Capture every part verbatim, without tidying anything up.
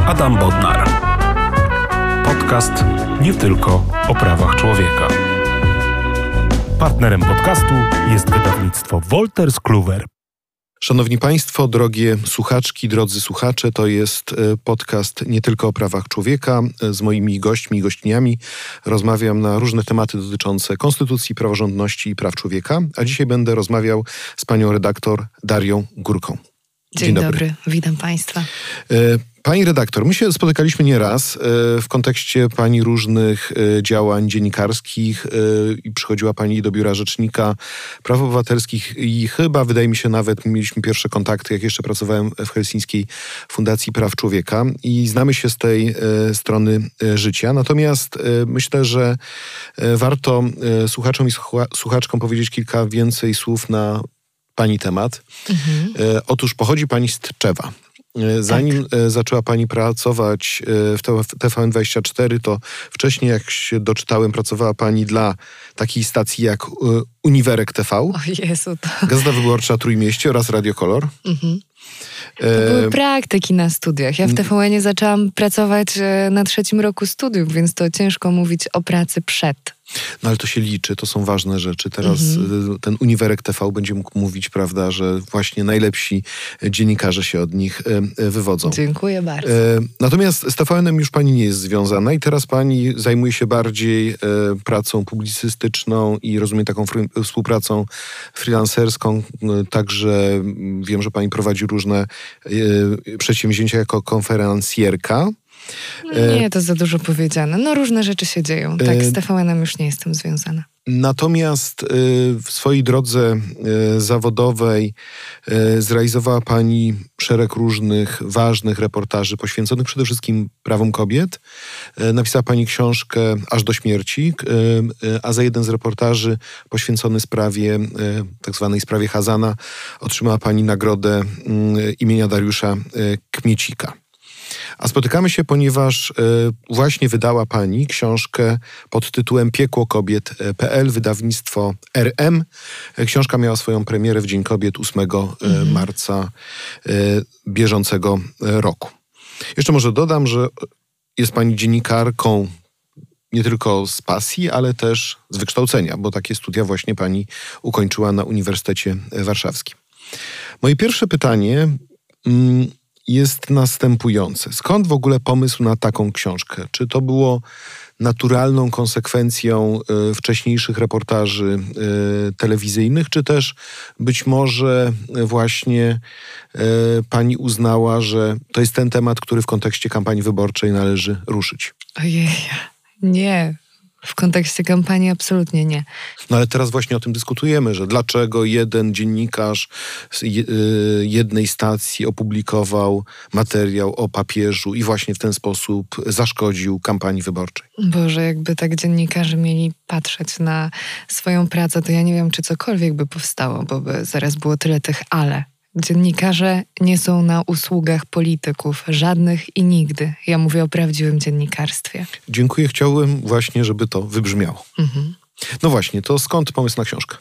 Adam Bodnar. Podcast nie tylko o prawach człowieka. Partnerem podcastu jest wydawnictwo Wolters Kluwer. Szanowni Państwo, drogie słuchaczki, drodzy słuchacze, to jest podcast nie tylko o prawach człowieka. Z moimi gośćmi i gościniami rozmawiam na różne tematy dotyczące konstytucji, praworządności i praw człowieka, a dzisiaj będę rozmawiał z panią redaktor Darią Górką. Dzień, Dzień dobry. dobry, witam Państwa. Pani redaktor, my się spotykaliśmy nieraz w kontekście pani różnych działań dziennikarskich i przychodziła pani do Biura Rzecznika Praw Obywatelskich i chyba, wydaje mi się, nawet mieliśmy pierwsze kontakty, jak jeszcze pracowałem w Helsińskiej Fundacji Praw Człowieka i znamy się z tej strony życia. Natomiast myślę, że warto słuchaczom i słuchaczkom powiedzieć kilka więcej słów na pani temat. Mhm. Otóż pochodzi pani z Tczewa. Zanim tak. zaczęła pani pracować w T V N dwadzieścia cztery, to wcześniej, jak się doczytałem, pracowała pani dla takiej stacji jak Uniwerek T V, o Jezu, to... Gazeta Wyborcza Trójmieście oraz Radio Kolor. Mhm. To były praktyki na studiach. Ja w T V N-ie zaczęłam pracować na trzecim roku studiów, więc to ciężko mówić o pracy przed. No ale to się liczy, to są ważne rzeczy. Teraz mhm. ten Uniwerek T V będzie mógł mówić, prawda, że właśnie najlepsi dziennikarze się od nich wywodzą. Dziękuję bardzo. Natomiast z T V N-em już pani nie jest związana i teraz pani zajmuje się bardziej pracą publicystyczną i rozumiem taką fr- współpracą freelancerską. Także wiem, że pani prowadzi różne przedsięwzięcia jako konferencjerka. Nie, to za dużo powiedziane. No różne rzeczy się dzieją. Tak, z T V N-em już nie jestem związana. Natomiast w swojej drodze zawodowej zrealizowała pani szereg różnych ważnych reportaży poświęconych przede wszystkim prawom kobiet. Napisała pani książkę Aż do śmierci, a za jeden z reportaży poświęcony sprawie, tak zwanej sprawie Chazana, otrzymała pani nagrodę imienia Dariusza Kmiecika. A spotykamy się, ponieważ właśnie wydała pani książkę pod tytułem Piekło kobiet kropka p l, wydawnictwo R M. Książka miała swoją premierę w Dzień Kobiet ósmego mhm. marca bieżącego roku. Jeszcze może dodam, że jest pani dziennikarką nie tylko z pasji, ale też z wykształcenia, bo takie studia właśnie pani ukończyła na Uniwersytecie Warszawskim. Moje pierwsze pytanie mm, jest następujące. Skąd w ogóle pomysł na taką książkę? Czy to było naturalną konsekwencją y, wcześniejszych reportaży y, telewizyjnych, czy też być może właśnie y, pani uznała, że to jest ten temat, który w kontekście kampanii wyborczej należy ruszyć? Ojej, nie. W kontekście kampanii absolutnie nie. No ale teraz właśnie o tym dyskutujemy, że dlaczego jeden dziennikarz z jednej stacji opublikował materiał o papieżu i właśnie w ten sposób zaszkodził kampanii wyborczej. Boże, jakby tak dziennikarze mieli patrzeć na swoją pracę, to ja nie wiem, czy cokolwiek by powstało, bo by zaraz było tyle tych ale. Dziennikarze nie są na usługach polityków, żadnych i nigdy. Ja mówię o prawdziwym dziennikarstwie. Dziękuję, chciałbym właśnie, żeby to wybrzmiało. Mhm. No właśnie, to skąd pomysł na książkę?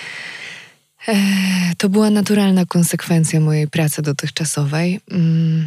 Eee, to była naturalna konsekwencja mojej pracy dotychczasowej. Mm.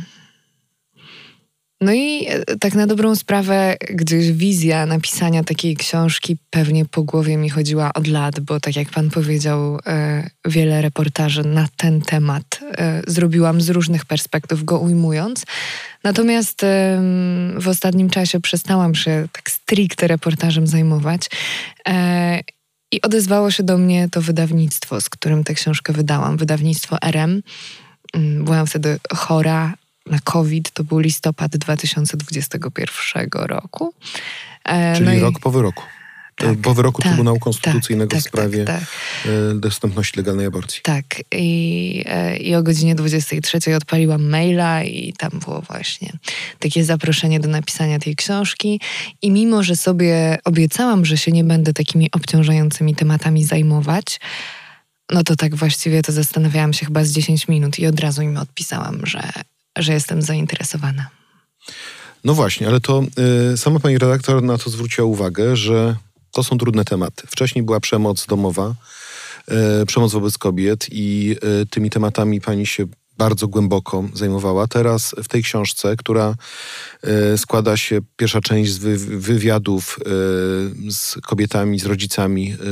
No i tak na dobrą sprawę gdzieś wizja napisania takiej książki pewnie po głowie mi chodziła od lat, bo tak jak pan powiedział, e, wiele reportaży na ten temat e, zrobiłam z różnych perspektyw, go ujmując. Natomiast e, w ostatnim czasie przestałam się tak stricte reportażem zajmować e, i odezwało się do mnie to wydawnictwo, z którym tę książkę wydałam, wydawnictwo R M. Byłam wtedy chora na COVID, to był listopad dwa tysiące dwudziestego pierwszego roku. E, Czyli no rok i... po wyroku. Tak, po wyroku tak, Trybunału Konstytucyjnego tak, w sprawie tak, tak. dostępności legalnej aborcji. Tak. I, i o godzinie dwudziestej trzeciej odpaliłam maila i tam było właśnie takie zaproszenie do napisania tej książki. I mimo, że sobie obiecałam, że się nie będę takimi obciążającymi tematami zajmować, no to tak właściwie to zastanawiałam się chyba z dziesięć minut i od razu im odpisałam, że że jestem zainteresowana. No właśnie, ale to y, sama pani redaktor na to zwróciła uwagę, że to są trudne tematy. Wcześniej była przemoc domowa, y, przemoc wobec kobiet i y, tymi tematami pani się bardzo głęboko zajmowała. Teraz w tej książce, która y, składa się, pierwsza część z wy, wywiadów y, z kobietami, z rodzicami, y,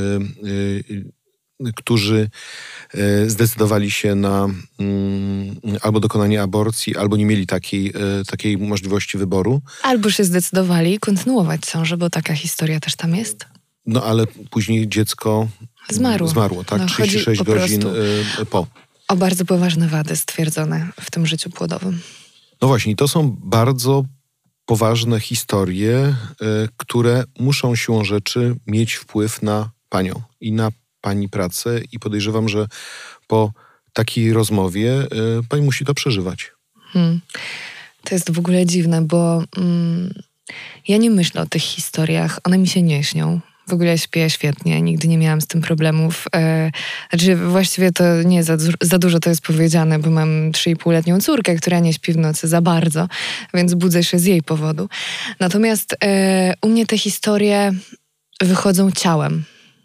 y, którzy y, zdecydowali się na y, albo dokonanie aborcji, albo nie mieli takiej, y, takiej możliwości wyboru. Albo się zdecydowali kontynuować ciążę, bo taka historia też tam jest. No ale później dziecko Zmarło. Zmarło, tak? No, trzydzieści sześć po godzin prostu y, po. o bardzo poważne wady stwierdzone w tym życiu płodowym. No właśnie, i to są bardzo poważne historie, y, które muszą siłą rzeczy mieć wpływ na panią i na pani pracę i podejrzewam, że po takiej rozmowie y, pani musi to przeżywać. Hmm. To jest w ogóle dziwne, bo mm, ja nie myślę o tych historiach, one mi się nie śnią. W ogóle śpię świetnie, nigdy nie miałam z tym problemów. E, znaczy właściwie to nie za, za dużo to jest powiedziane, bo mam trzyipółletnią córkę, która nie śpi w nocy za bardzo, więc budzę się z jej powodu. Natomiast e, u mnie te historie wychodzą ciałem.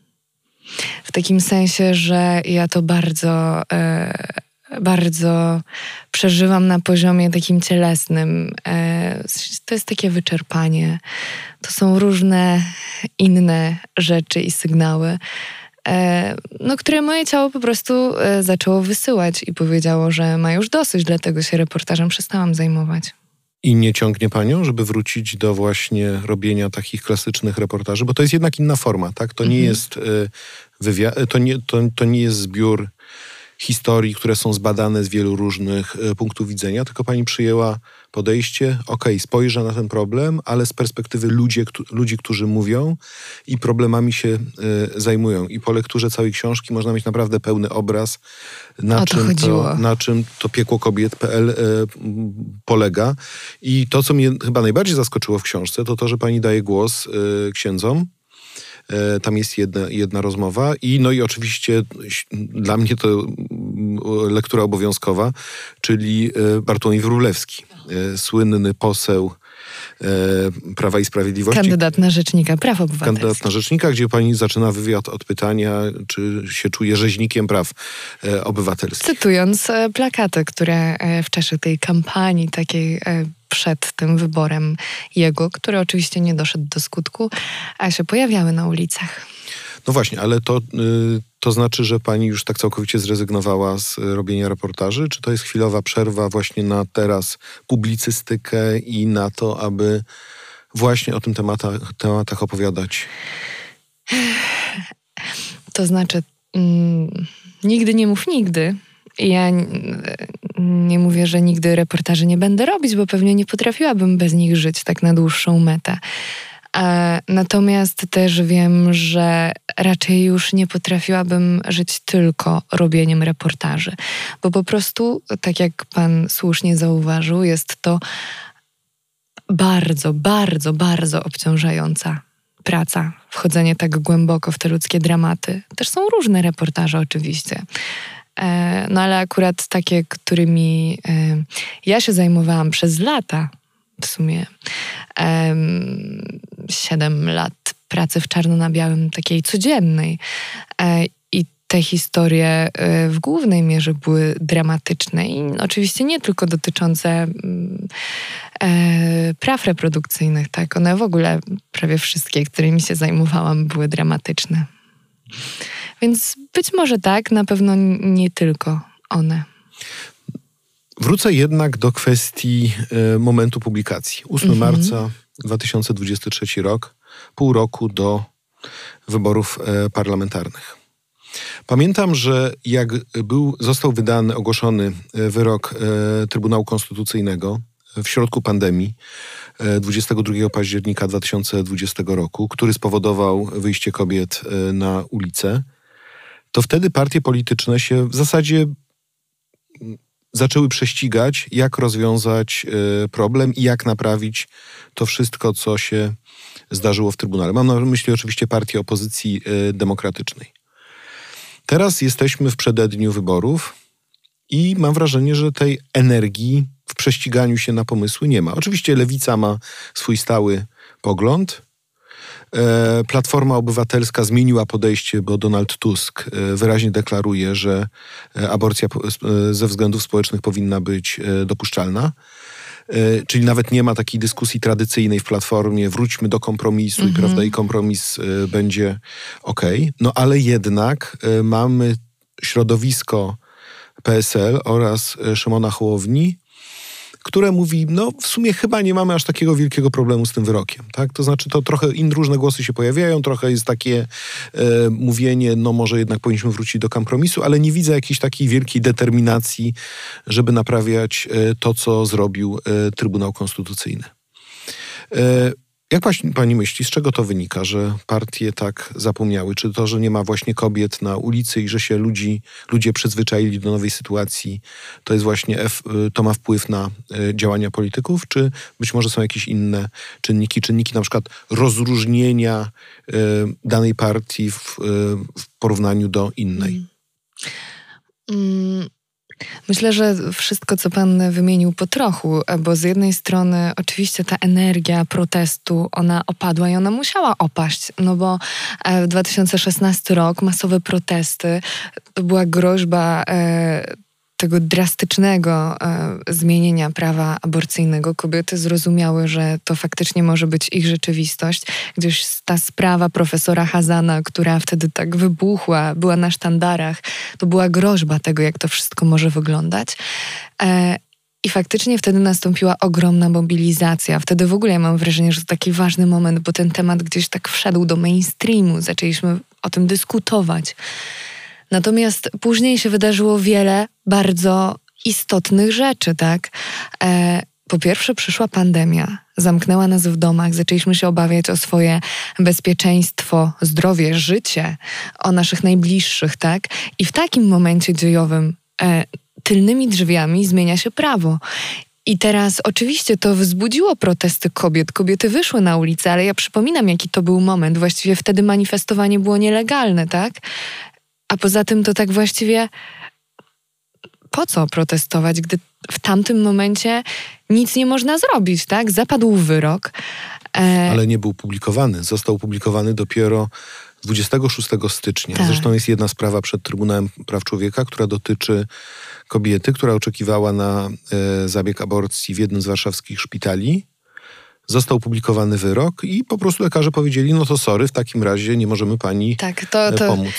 W takim sensie, że ja to bardzo... E, bardzo przeżywam na poziomie takim cielesnym. To jest takie wyczerpanie. To są różne inne rzeczy i sygnały, no, które moje ciało po prostu zaczęło wysyłać i powiedziało, że ma już dosyć, dlatego się reportażem przestałam zajmować. I nie ciągnie panią, żeby wrócić do właśnie robienia takich klasycznych reportaży? Bo to jest jednak inna forma, tak? To nie mhm. jest wywiad, to nie, to, to nie jest zbiór historii, które są zbadane z wielu różnych y, punktów widzenia, tylko pani przyjęła podejście, okej, okay, spojrzę na ten problem, ale z perspektywy ludzi, któ- ludzi którzy mówią i problemami się y, zajmują. I po lekturze całej książki można mieć naprawdę pełny obraz, na, czym to, na czym to piekło kobiet kropka pe el y, polega. I to, co mnie chyba najbardziej zaskoczyło w książce, to to, że pani daje głos y, księdzom. Tam jest jedna, jedna rozmowa i no i oczywiście dla mnie to lektura obowiązkowa, czyli Bartłomiej Wróblewski, słynny poseł Prawa i Sprawiedliwości. Kandydat na rzecznika praw obywatelskich. Kandydat na rzecznika, gdzie pani zaczyna wywiad od pytania, czy się czuje rzeźnikiem praw obywatelskich. Cytując plakaty, które w czasie tej kampanii takiej przed tym wyborem jego, który oczywiście nie doszedł do skutku, a się pojawiały na ulicach. No właśnie, ale to, to znaczy, że pani już tak całkowicie zrezygnowała z robienia reportaży? Czy to jest chwilowa przerwa właśnie na teraz publicystykę i na to, aby właśnie o tym tematach, tematach opowiadać? To znaczy, mm, nigdy nie mów nigdy. Ja nie mówię, że nigdy reportaży nie będę robić, bo pewnie nie potrafiłabym bez nich żyć tak na dłuższą metę. Natomiast też wiem, że raczej już nie potrafiłabym żyć tylko robieniem reportaży, bo po prostu, tak jak pan słusznie zauważył, jest to bardzo, bardzo, bardzo obciążająca praca, wchodzenie tak głęboko w te ludzkie dramaty. Też są różne reportaże oczywiście. No ale akurat takie, którymi ja się zajmowałam przez lata, w sumie siedem lat pracy w czarno na białym, takiej codziennej. I te historie w głównej mierze były dramatyczne i oczywiście nie tylko dotyczące praw reprodukcyjnych, tak? One w ogóle prawie wszystkie, którymi się zajmowałam, były dramatyczne. Więc być może tak, na pewno nie tylko one. Wrócę jednak do kwestii e, momentu publikacji. ósmego Mhm. marca dwa tysiące dwudziestego trzeciego rok, pół roku do wyborów e, parlamentarnych. Pamiętam, że jak był, został wydany, ogłoszony wyrok e, Trybunału Konstytucyjnego w środku pandemii e, dwudziestego drugiego października dwa tysiące dwudziestego roku, który spowodował wyjście kobiet e, na ulicę, to wtedy partie polityczne się w zasadzie zaczęły prześcigać, jak rozwiązać y, problem i jak naprawić to wszystko, co się zdarzyło w Trybunale. Mam na myśli oczywiście partię opozycji y, demokratycznej. Teraz jesteśmy w przededniu wyborów i mam wrażenie, że tej energii w prześciganiu się na pomysły nie ma. Oczywiście Lewica ma swój stały pogląd, Platforma Obywatelska zmieniła podejście, bo Donald Tusk wyraźnie deklaruje, że aborcja ze względów społecznych powinna być dopuszczalna. Czyli nawet nie ma takiej dyskusji tradycyjnej w Platformie, wróćmy do kompromisu mm-hmm. i, prawda, i kompromis będzie okej. No ale jednak mamy środowisko P S L oraz Szymona Hołowni, które mówi, no w sumie chyba nie mamy aż takiego wielkiego problemu z tym wyrokiem. Tak? To znaczy to trochę in, różne głosy się pojawiają, trochę jest takie e, mówienie, no może jednak powinniśmy wrócić do kompromisu, ale nie widzę jakiejś takiej wielkiej determinacji, żeby naprawiać e, to, co zrobił e, Trybunał Konstytucyjny. E, Jak pani, pani myśli, z czego to wynika, że partie tak zapomniały? Czy to, że nie ma właśnie kobiet na ulicy i że się ludzi, ludzie przyzwyczaili do nowej sytuacji, to jest właśnie, to ma wpływ na działania polityków? Czy być może są jakieś inne czynniki, czynniki na przykład rozróżnienia danej partii w, w porównaniu do innej? Mm. Myślę, że wszystko, co pan wymienił po trochu, bo z jednej strony oczywiście ta energia protestu, ona opadła i ona musiała opaść, no bo w dwa tysiące szesnasty rok masowe protesty, to była groźba e, tego drastycznego e, zmienienia prawa aborcyjnego. Kobiety zrozumiały, że to faktycznie może być ich rzeczywistość. Gdzieś ta sprawa profesora Chazana, która wtedy tak wybuchła, była na sztandarach, to była groźba tego, jak to wszystko może wyglądać. E, I faktycznie wtedy nastąpiła ogromna mobilizacja. Wtedy w ogóle ja mam wrażenie, że to taki ważny moment, bo ten temat gdzieś tak wszedł do mainstreamu. Zaczęliśmy o tym dyskutować. Natomiast później się wydarzyło wiele bardzo istotnych rzeczy, tak? E, po pierwsze przyszła pandemia, zamknęła nas w domach, zaczęliśmy się obawiać o swoje bezpieczeństwo, zdrowie, życie, o naszych najbliższych, tak? I w takim momencie dziejowym e, tylnymi drzwiami zmienia się prawo. I teraz oczywiście to wzbudziło protesty kobiet. Kobiety wyszły na ulicę, ale ja przypominam, jaki to był moment. Właściwie wtedy manifestowanie było nielegalne, tak? A poza tym to tak właściwie po co protestować, gdy w tamtym momencie nic nie można zrobić, tak? Zapadł wyrok. E... Ale nie był publikowany. Został publikowany dopiero dwudziestego szóstego stycznia. Tak. Zresztą jest jedna sprawa przed Trybunałem Praw Człowieka, która dotyczy kobiety, która oczekiwała na e, zabieg aborcji w jednym z warszawskich szpitali. Został publikowany wyrok i po prostu lekarze powiedzieli, no to sorry, w takim razie nie możemy pani tak, to, to, pomóc.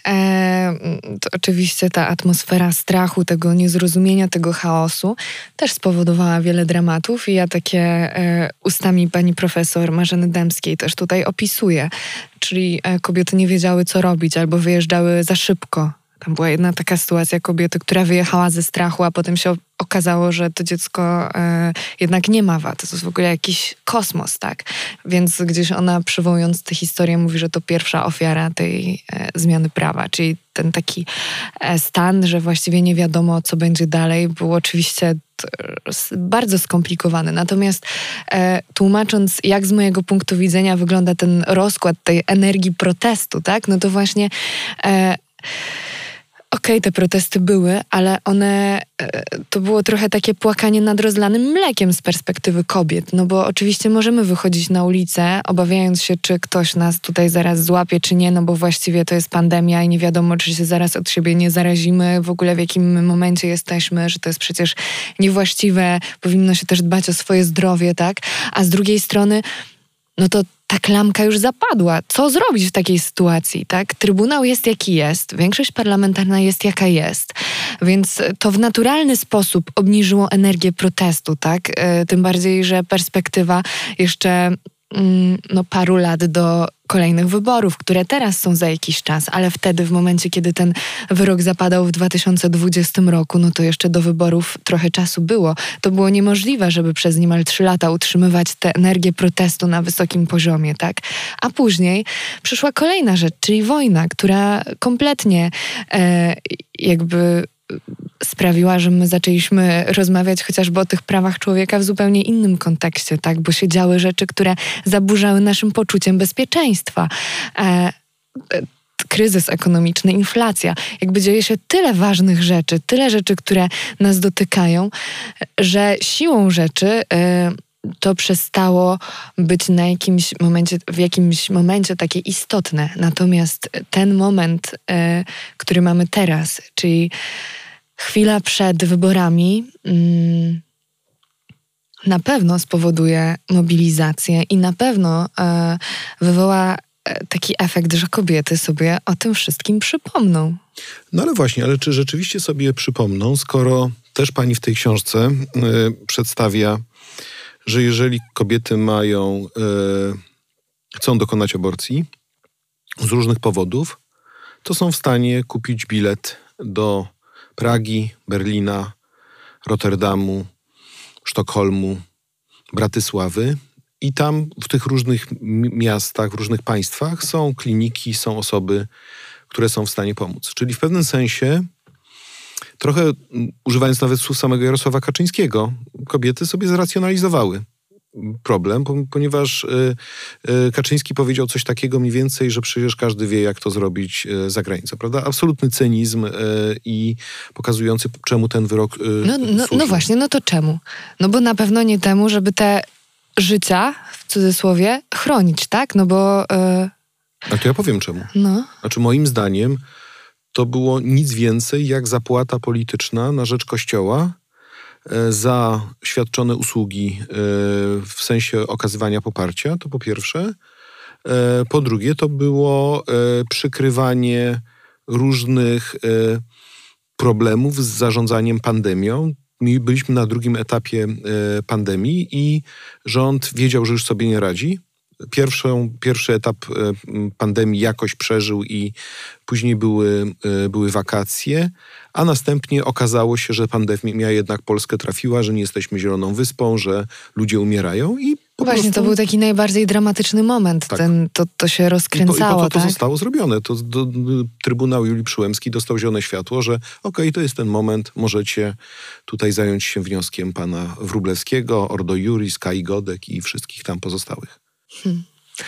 E, to oczywiście ta atmosfera strachu, tego niezrozumienia, tego chaosu też spowodowała wiele dramatów i ja takie e, ustami pani profesor Marzeny Dębskiej też tutaj opisuję. Czyli e, kobiety nie wiedziały, co robić albo wyjeżdżały za szybko. Tam była jedna taka sytuacja kobiety, która wyjechała ze strachu, a potem się okazało, że to dziecko e, jednak nie ma wad. To jest w ogóle jakiś kosmos, tak? Więc gdzieś ona, przywołując tę historię, mówi, że to pierwsza ofiara tej e, zmiany prawa. Czyli ten taki e, stan, że właściwie nie wiadomo, co będzie dalej, był oczywiście t, bardzo skomplikowany. Natomiast e, tłumacząc, jak z mojego punktu widzenia wygląda ten rozkład tej energii protestu, tak? No to właśnie... E, Okej, okay, te protesty były, ale one, to było trochę takie płakanie nad rozlanym mlekiem z perspektywy kobiet, no bo oczywiście możemy wychodzić na ulicę, obawiając się, czy ktoś nas tutaj zaraz złapie, czy nie, no bo właściwie to jest pandemia i nie wiadomo, czy się zaraz od siebie nie zarazimy, w ogóle w jakim momencie jesteśmy, że to jest przecież niewłaściwe, powinno się też dbać o swoje zdrowie, tak? A z drugiej strony, no to ta klamka już zapadła. Co zrobić w takiej sytuacji, tak? Trybunał jest jaki jest, większość parlamentarna jest jaka jest, więc to w naturalny sposób obniżyło energię protestu, tak? Yy, tym bardziej, że perspektywa jeszcze yy, no, paru lat do kolejnych wyborów, które teraz są za jakiś czas, ale wtedy w momencie, kiedy ten wyrok zapadał w dwa tysiące dwudziestym roku, no to jeszcze do wyborów trochę czasu było. To było niemożliwe, żeby przez niemal trzy lata utrzymywać tę energię protestu na wysokim poziomie, tak? A później przyszła kolejna rzecz, czyli wojna, która kompletnie e, jakby sprawiła, że my zaczęliśmy rozmawiać chociażby o tych prawach człowieka w zupełnie innym kontekście, tak? Bo się działy rzeczy, które zaburzały naszym poczuciem bezpieczeństwa. E, kryzys ekonomiczny, inflacja. Jakby dzieje się tyle ważnych rzeczy, tyle rzeczy, które nas dotykają, że siłą rzeczy e, to przestało być na jakimś momencie, w jakimś momencie takie istotne. Natomiast ten moment, e, który mamy teraz, czyli chwila przed wyborami, mm, na pewno spowoduje mobilizację i na pewno e, wywoła e, taki efekt, że kobiety sobie o tym wszystkim przypomną. No ale właśnie, ale czy rzeczywiście sobie przypomną, skoro też pani w tej książce y, przedstawia, że jeżeli kobiety mają, y, chcą dokonać aborcji z różnych powodów, to są w stanie kupić bilet do Pragi, Berlina, Rotterdamu, Sztokholmu, Bratysławy i tam w tych różnych miastach, w różnych państwach są kliniki, są osoby, które są w stanie pomóc. Czyli w pewnym sensie, trochę używając nawet słów samego Jarosława Kaczyńskiego, kobiety sobie zracjonalizowały problem, ponieważ y, y, Kaczyński powiedział coś takiego mniej więcej, że przecież każdy wie, jak to zrobić y, za granicą, prawda? Absolutny cynizm y, i pokazujący, czemu ten wyrok y, no, no, no właśnie, no to czemu? No bo na pewno nie temu, żeby te życia, w cudzysłowie, chronić, tak? No bo... Y... A to ja powiem czemu. No. Znaczy moim zdaniem to było nic więcej jak zapłata polityczna na rzecz Kościoła za świadczone usługi w sensie okazywania poparcia, to po pierwsze. Po drugie, to było przykrywanie różnych problemów z zarządzaniem pandemią. My byliśmy na drugim etapie pandemii i rząd wiedział, że już sobie nie radzi. Pierwszą, pierwszy etap pandemii jakoś przeżył i później były, były wakacje, a następnie okazało się, że pandemia jednak Polskę trafiła, że nie jesteśmy zieloną wyspą, że ludzie umierają i po Właśnie, prostu... to był taki najbardziej dramatyczny moment. Tak. Ten, to, to się rozkręcało, I po, i po to, to tak? zostało zrobione. To do, do, Trybunał Julii Przyłębskiej dostał zielone światło, że okej, okay, to jest ten moment, możecie tutaj zająć się wnioskiem pana Wróblewskiego, Ordo Iuris, Kai Godek i wszystkich tam pozostałych. Hmm.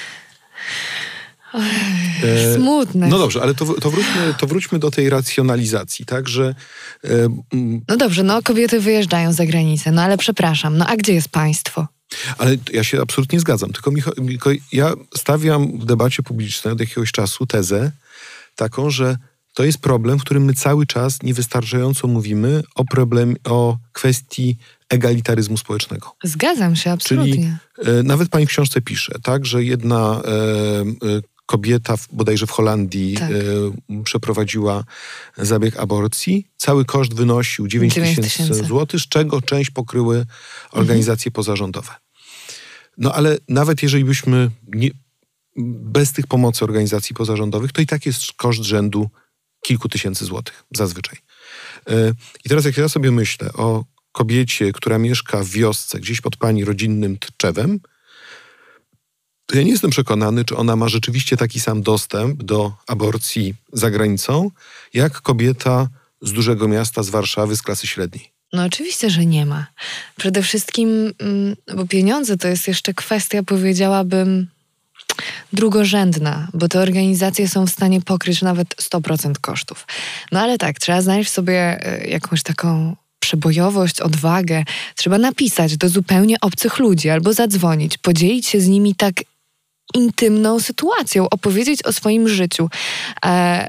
E, Smutne. No dobrze, ale to, to, wróćmy, to wróćmy do tej racjonalizacji, tak, że... E, no dobrze, no kobiety wyjeżdżają za granicę, no ale przepraszam, no a gdzie jest państwo? Ale ja się absolutnie zgadzam, tylko, Micho, tylko ja stawiam w debacie publicznej od jakiegoś czasu tezę taką, że to jest problem, w którym my cały czas niewystarczająco mówimy o, problem, o kwestii egalitaryzmu społecznego. Zgadzam się, absolutnie. Czyli e, nawet pani w książce pisze, tak, że jedna e, e, kobieta, w, bodajże w Holandii, tak. e, przeprowadziła zabieg aborcji. Cały koszt wynosił dziewięć tysięcy złotych, z czego część pokryły organizacje mhm. pozarządowe. No ale nawet jeżeli byśmy nie, bez tych pomocy organizacji pozarządowych, to i tak jest koszt rzędu kilku tysięcy złotych zazwyczaj. E, I teraz jak ja sobie myślę o kobiecie, która mieszka w wiosce, gdzieś pod pani rodzinnym Tczewem, to ja nie jestem przekonany, czy ona ma rzeczywiście taki sam dostęp do aborcji za granicą, jak kobieta z dużego miasta, z Warszawy, z klasy średniej. No oczywiście, że nie ma. Przede wszystkim, bo pieniądze to jest jeszcze kwestia, powiedziałabym, drugorzędna, bo te organizacje są w stanie pokryć nawet sto procent kosztów. No ale tak, trzeba znaleźć sobie jakąś taką przebojowość, odwagę. Trzeba napisać do zupełnie obcych ludzi albo zadzwonić, podzielić się z nimi tak intymną sytuacją, opowiedzieć o swoim życiu. E,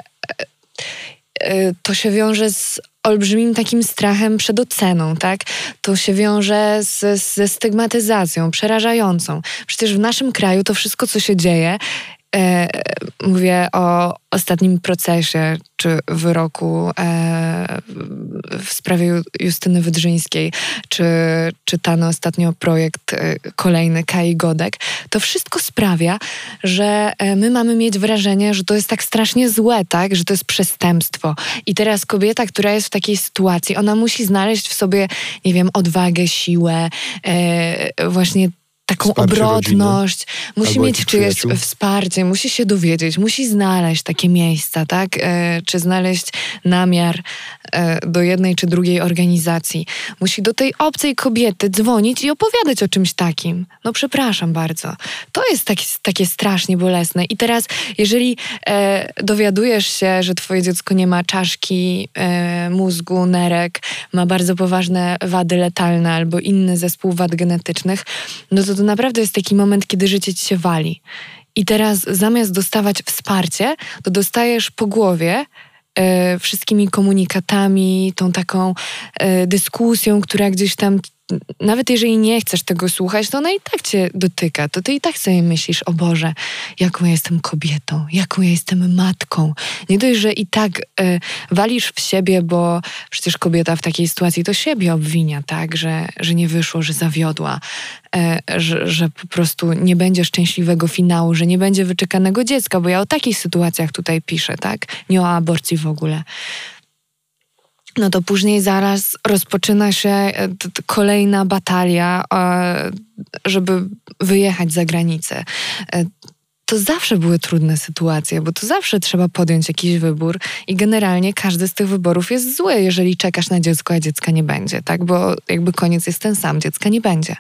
e, to się wiąże z olbrzymim takim strachem przed oceną, tak? To się wiąże z, ze stygmatyzacją przerażającą. Przecież w naszym kraju to wszystko, co się dzieje, e, mówię o ostatnim procesie czy wyroku e, w sprawie Justyny Wydrzyńskiej, czy czytany ostatnio projekt e, kolejny Kai Godek, to wszystko sprawia, że e, my mamy mieć wrażenie, że to jest tak strasznie złe, tak? Że to jest przestępstwo. I teraz kobieta, która jest w takiej sytuacji, ona musi znaleźć w sobie, nie wiem, odwagę, siłę, e, właśnie taką Wsparcie obrotność, musi albo mieć jakichś czyjeś przyjaciół. wsparcie, musi się dowiedzieć, musi znaleźć takie miejsca, tak? E, czy znaleźć namiar e, do jednej czy drugiej organizacji. Musi do tej obcej kobiety dzwonić i opowiadać o czymś takim. No przepraszam bardzo. To jest taki, takie strasznie bolesne. I teraz, jeżeli e, dowiadujesz się, że twoje dziecko nie ma czaszki, e, mózgu, nerek, ma bardzo poważne wady letalne albo inny zespół wad genetycznych, no to to naprawdę jest taki moment, kiedy życie ci się wali. I teraz zamiast dostawać wsparcie, to dostajesz po głowie e, wszystkimi komunikatami, tą taką e, dyskusją, która gdzieś tam, nawet jeżeli nie chcesz tego słuchać, to ona i tak cię dotyka. To ty i tak sobie myślisz, o Boże, jaką ja jestem kobietą, jaką ja jestem matką. Nie dość, że i tak e, walisz w siebie, bo przecież kobieta w takiej sytuacji to siebie obwinia, tak, że, że nie wyszło, że zawiodła, e, że, że po prostu nie będzie szczęśliwego finału, że nie będzie wyczekanego dziecka, bo ja o takich sytuacjach tutaj piszę, tak, nie o aborcji w ogóle. No to później zaraz rozpoczyna się t- t- kolejna batalia, e, żeby wyjechać za granicę. E, To zawsze były trudne sytuacje, bo to zawsze trzeba podjąć jakiś wybór i generalnie każdy z tych wyborów jest zły, jeżeli czekasz na dziecko, a dziecka nie będzie, tak? Bo jakby koniec jest ten sam, dziecka nie będzie.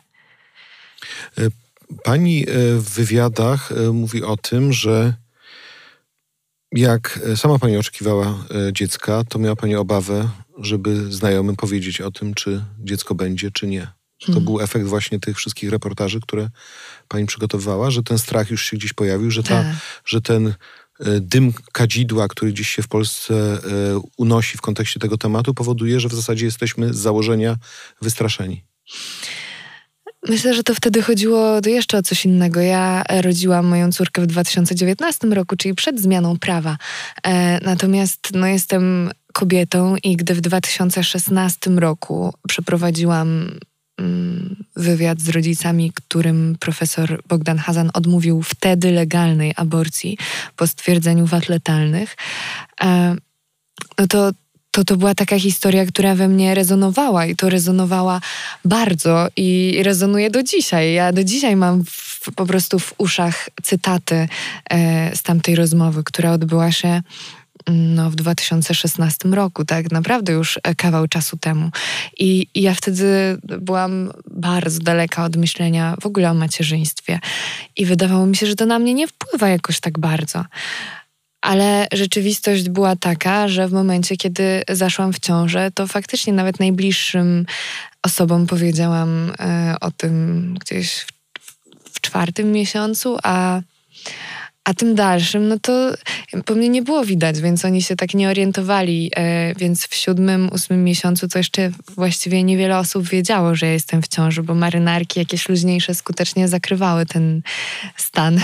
Pani w wywiadach mówi o tym, że jak sama pani oczekiwała dziecka, to miała pani obawę, żeby znajomym powiedzieć o tym, czy dziecko będzie, czy nie. To hmm. był efekt właśnie tych wszystkich reportaży, które pani przygotowywała, że ten strach już się gdzieś pojawił, że, ta, Tak. że ten dym kadzidła, który gdzieś się w Polsce unosi w kontekście tego tematu, powoduje, że w zasadzie jesteśmy z założenia wystraszeni. Myślę, że to wtedy chodziło jeszcze o coś innego. Ja rodziłam moją córkę w dwa tysiące dziewiętnastym roku, czyli przed zmianą prawa. E, natomiast no, jestem kobietą i gdy w dwa tysiące szesnastym roku przeprowadziłam mm, wywiad z rodzicami, którym profesor Bogdan Hazan odmówił wtedy legalnej aborcji po stwierdzeniu wad letalnych, e, no to To, to była taka historia, która we mnie rezonowała i to rezonowała bardzo i rezonuje do dzisiaj. Ja do dzisiaj mam w, po prostu w uszach cytaty e, z tamtej rozmowy, która odbyła się no, w dwa tysiące szesnastym roku, tak naprawdę już kawał czasu temu. I, I ja wtedy byłam bardzo daleka od myślenia w ogóle o macierzyństwie i wydawało mi się, że to na mnie nie wpływa jakoś tak bardzo. Ale rzeczywistość była taka, że w momencie, kiedy zaszłam w ciążę, to faktycznie nawet najbliższym osobom powiedziałam e, o tym gdzieś w, w czwartym miesiącu, a, a tym dalszym, no to po mnie nie było widać, więc oni się tak nie orientowali. E, więc w siódmym, ósmym miesiącu to jeszcze właściwie niewiele osób wiedziało, że ja jestem w ciąży, bo marynarki jakieś luźniejsze skutecznie zakrywały ten stan.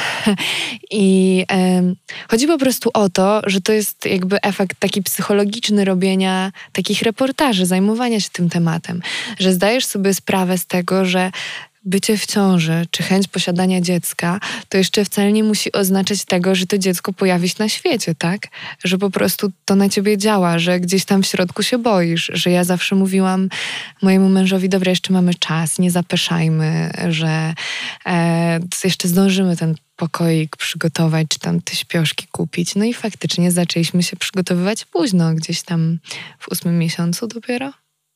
I e, chodzi po prostu o to, że to jest jakby efekt taki psychologiczny robienia takich reportaży, zajmowania się tym tematem, że zdajesz sobie sprawę z tego, że bycie w ciąży, czy chęć posiadania dziecka, to jeszcze wcale nie musi oznaczać tego, że to dziecko pojawi się na świecie, tak? Że po prostu to na ciebie działa, że gdzieś tam w środku się boisz, że ja zawsze mówiłam mojemu mężowi, dobra, jeszcze mamy czas, nie zapeszajmy, że e, jeszcze zdążymy ten pokoik przygotować, czy tam te śpioszki kupić. No i faktycznie zaczęliśmy się przygotowywać późno, gdzieś tam w ósmym miesiącu dopiero.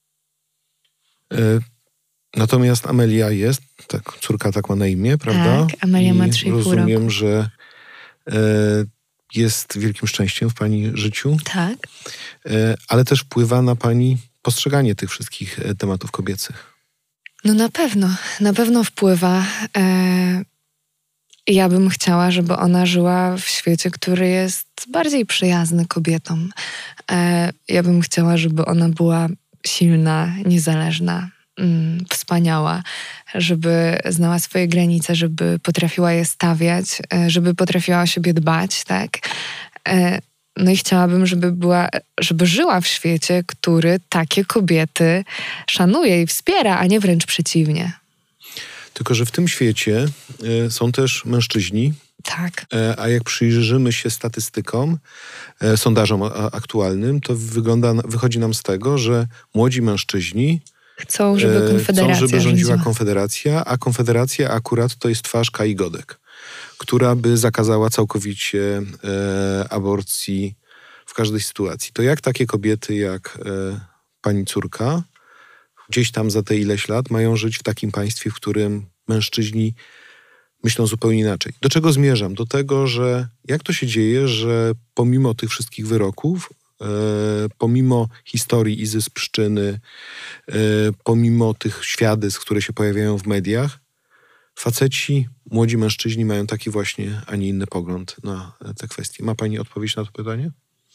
Y- Natomiast Amelia jest, tak, córka tak ma na imię, prawda? Tak, Amelia ma trzy i pół roku. Rozumiem, że e, jest wielkim szczęściem w pani życiu. Tak. E, ale też wpływa na pani postrzeganie tych wszystkich e, tematów kobiecych. No na pewno, na pewno wpływa. E, ja bym chciała, żeby ona żyła w świecie, który jest bardziej przyjazny kobietom. E, ja bym chciała, żeby ona była silna, niezależna, wspaniała, żeby znała swoje granice, żeby potrafiła je stawiać, żeby potrafiła o siebie dbać, tak? No i chciałabym, żeby była, żeby żyła w świecie, który takie kobiety szanuje i wspiera, a nie wręcz przeciwnie. Tylko że w tym świecie y, są też mężczyźni, tak. y, a jak przyjrzymy się statystykom, y, sondażom a, aktualnym, to wygląda, wychodzi nam z tego, że młodzi mężczyźni Chcą, żeby Konfederacja Chcą, żeby rządziła rządziła. Konfederacja, a Konfederacja akurat to jest twarz Kai Godek, która by zakazała całkowicie e, aborcji w każdej sytuacji. To jak takie kobiety jak e, pani córka gdzieś tam za te ileś lat mają żyć w takim państwie, w którym mężczyźni myślą zupełnie inaczej. Do czego zmierzam? Do tego, że jak to się dzieje, że pomimo tych wszystkich wyroków, e, pomimo historii Izy z Pszczyny, e, pomimo tych świadectw, które się pojawiają w mediach, faceci, młodzi mężczyźni mają taki właśnie, a nie inny pogląd na te kwestie. Ma pani odpowiedź na to pytanie?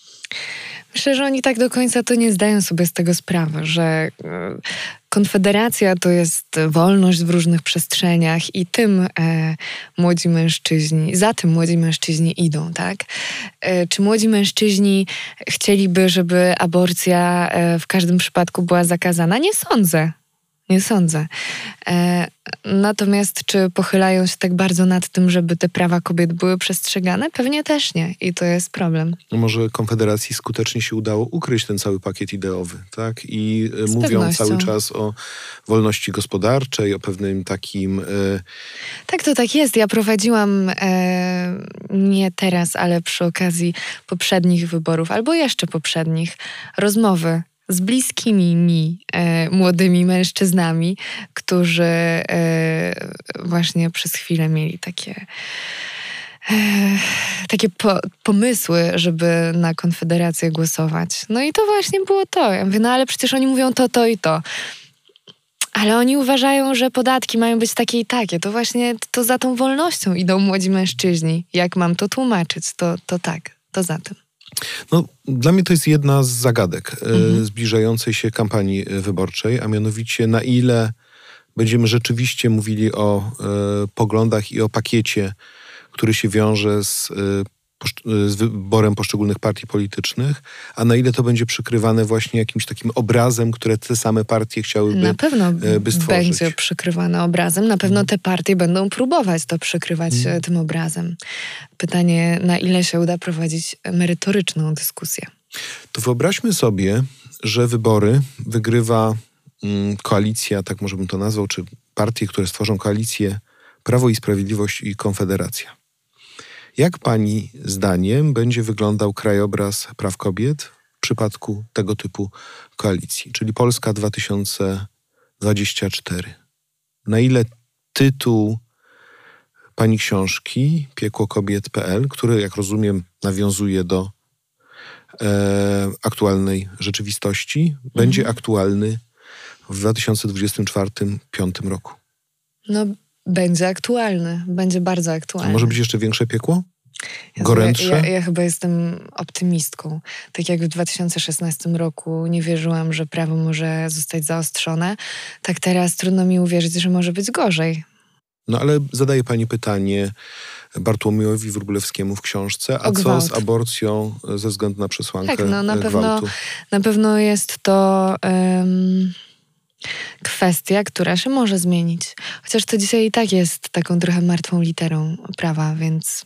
Myślę, że oni tak do końca to nie zdają sobie z tego sprawy, że Konfederacja to jest wolność w różnych przestrzeniach i tym e, młodzi mężczyźni, za tym młodzi mężczyźni idą, tak? E, czy młodzi mężczyźni chcieliby, żeby aborcja e, w każdym przypadku była zakazana? Nie sądzę. Nie sądzę. E, natomiast czy pochylają się tak bardzo nad tym, żeby te prawa kobiet były przestrzegane? Pewnie też nie. I to jest problem. No może Konfederacji skutecznie się udało ukryć ten cały pakiet ideowy, tak? I Z mówią pewnością. cały czas o wolności gospodarczej, o pewnym takim... E... Tak, to tak jest. Ja prowadziłam e, nie teraz, ale przy okazji poprzednich wyborów, albo jeszcze poprzednich, rozmowy z bliskimi mi e, młodymi mężczyznami, którzy e, właśnie przez chwilę mieli takie, e, takie po, pomysły, żeby na Konfederację głosować. No i to właśnie było to. Ja mówię, no ale przecież oni mówią to, to i to. Ale oni uważają, że podatki mają być takie i takie. To właśnie to za tą wolnością idą młodzi mężczyźni. Jak mam to tłumaczyć, to, to tak, to za tym. No, dla mnie to jest jedna z zagadek Mhm. e, zbliżającej się kampanii wyborczej, a mianowicie na ile będziemy rzeczywiście mówili o e, poglądach i o pakiecie, który się wiąże z, e, poszcz- z wyborem poszczególnych partii politycznych, a na ile to będzie przykrywane właśnie jakimś takim obrazem, które te same partie chciałyby Na pewno e, by stworzyć. będzie przykrywane obrazem. Na pewno te partie będą próbować to przykrywać Mhm. e, tym obrazem. Pytanie, na ile się uda prowadzić merytoryczną dyskusję. To wyobraźmy sobie, że wybory wygrywa mm, koalicja, tak może bym to nazwał, czy partie, które stworzą koalicję Prawo i Sprawiedliwość i Konfederacja. Jak pani zdaniem będzie wyglądał krajobraz praw kobiet w przypadku tego typu koalicji, czyli Polska dwa tysiące dwadzieścia cztery? Na ile tytuł pani książki Piekło kobiet kropka pe el, który, jak rozumiem, nawiązuje do e, aktualnej rzeczywistości, mhm. będzie aktualny w dwa tysiące dwudziestym czwartym do piątym roku? No, będzie aktualny. Będzie bardzo A aktualny. może być jeszcze większe piekło? Ja, Gorętsze? Ja, ja chyba jestem optymistką. Tak jak w dwa tysiące szesnastym roku nie wierzyłam, że prawo może zostać zaostrzone, tak teraz trudno mi uwierzyć, że może być gorzej. No ale zadaje pani pytanie Bartłomiejowi Wróblewskiemu w książce, a O co gwałt. z aborcją ze względu na przesłankę Tak, no na pewno, gwałtu? na pewno jest to um, kwestia, która się może zmienić. Chociaż to dzisiaj i tak jest taką trochę martwą literą prawa, więc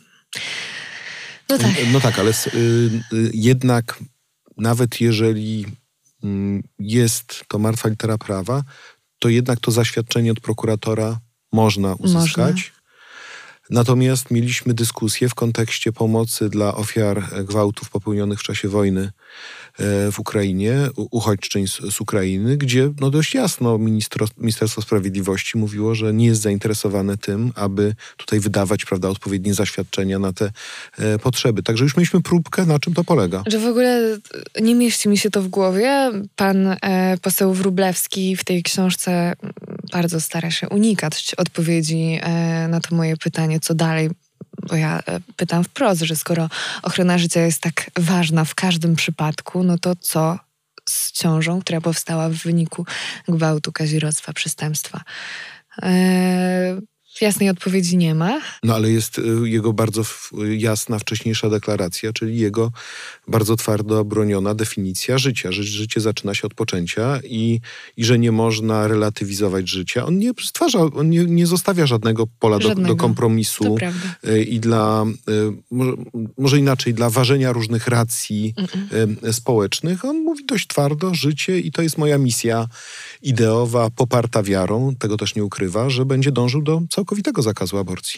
no tak. No tak, ale y, y, jednak nawet jeżeli y, jest to martwa litera prawa, to jednak to zaświadczenie od prokuratora można uzyskać. Można. Natomiast mieliśmy dyskusję w kontekście pomocy dla ofiar gwałtów popełnionych w czasie wojny w Ukrainie, uchodźczyń z, z Ukrainy, gdzie no dość jasno ministro, Ministerstwo Sprawiedliwości mówiło, że nie jest zainteresowane tym, aby tutaj wydawać, prawda, odpowiednie zaświadczenia na te e, potrzeby. Także już mieliśmy próbkę, na czym to polega. Że w ogóle nie mieści mi się to w głowie. Pan e, poseł Wróblewski w tej książce bardzo stara się unikać odpowiedzi e, na to moje pytanie, co dalej. Bo ja pytam wprost, że skoro ochrona życia jest tak ważna w każdym przypadku, no to co z ciążą, która powstała w wyniku gwałtu, kazirodztwa, przestępstwa? Eee, Jasnej odpowiedzi nie ma. No ale jest jego bardzo jasna wcześniejsza deklaracja, czyli jego bardzo twardo obroniona definicja życia, że życie zaczyna się od poczęcia i, i że nie można relatywizować życia. On nie stwarza, on nie, nie zostawia żadnego pola do, do kompromisu i dla, może, może inaczej, dla ważenia różnych racji Mm-mm. społecznych. On mówi dość twardo, życie i to jest moja misja ideowa, poparta wiarą, tego też nie ukrywa, że będzie dążył do całkowitego zakazu aborcji.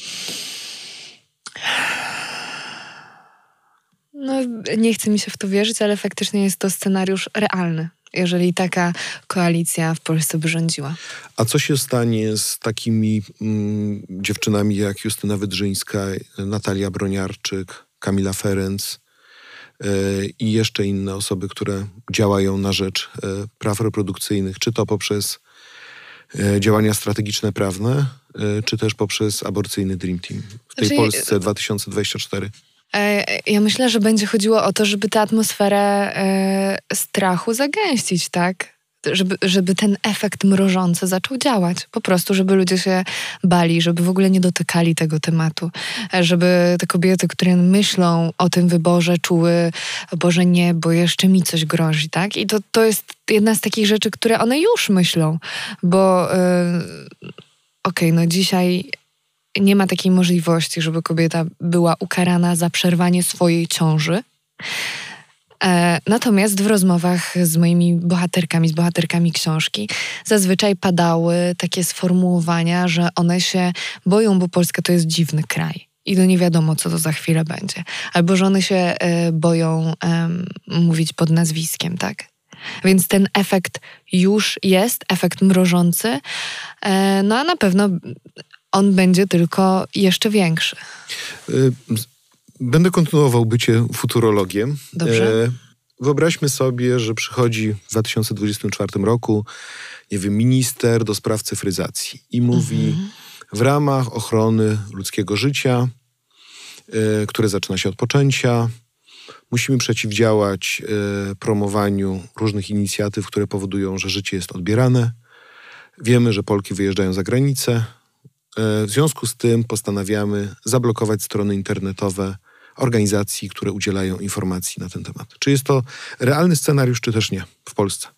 No, nie chce mi się w to wierzyć, ale faktycznie jest to scenariusz realny, jeżeli taka koalicja w Polsce by rządziła. A co się stanie z takimi mm, dziewczynami jak Justyna Wydrzyńska, Natalia Broniarczyk, Kamila Ferenc yy, i jeszcze inne osoby, które działają na rzecz yy, praw reprodukcyjnych, czy to poprzez yy, działania strategiczne, prawne, yy, czy też poprzez aborcyjny Dream Team w tej Czyli... Polsce dwa tysiące dwudziestej czwartej? Ja myślę, że będzie chodziło o to, żeby tę atmosferę e, strachu zagęścić, tak? Żeby, żeby ten efekt mrożący zaczął działać. Po prostu, żeby ludzie się bali, żeby w ogóle nie dotykali tego tematu. Żeby te kobiety, które myślą o tym wyborze, czuły, Boże nie, bo jeszcze mi coś grozi, tak? I to, to jest jedna z takich rzeczy, które one już myślą. Bo e, okej, okay, no dzisiaj... nie ma takiej możliwości, żeby kobieta była ukarana za przerwanie swojej ciąży. E, natomiast w rozmowach z moimi bohaterkami, z bohaterkami książki, zazwyczaj padały takie sformułowania, że one się boją, bo Polska to jest dziwny kraj. I to nie wiadomo, co to za chwilę będzie. Albo że one się e, boją e, mówić pod nazwiskiem, tak? Więc ten efekt już jest, efekt mrożący. E, no a na pewno... on będzie tylko jeszcze większy. Będę kontynuował bycie futurologiem. Dobrze. Wyobraźmy sobie, że przychodzi w dwa tysiące dwudziestym czwartym roku, nie wiem, minister do spraw cyfryzacji i mówi mhm. w ramach ochrony ludzkiego życia, które zaczyna się od poczęcia, musimy przeciwdziałać promowaniu różnych inicjatyw, które powodują, że życie jest odbierane. Wiemy, że Polki wyjeżdżają za granicę. W związku z tym postanawiamy zablokować strony internetowe organizacji, które udzielają informacji na ten temat. Czy jest to realny scenariusz, czy też nie w Polsce?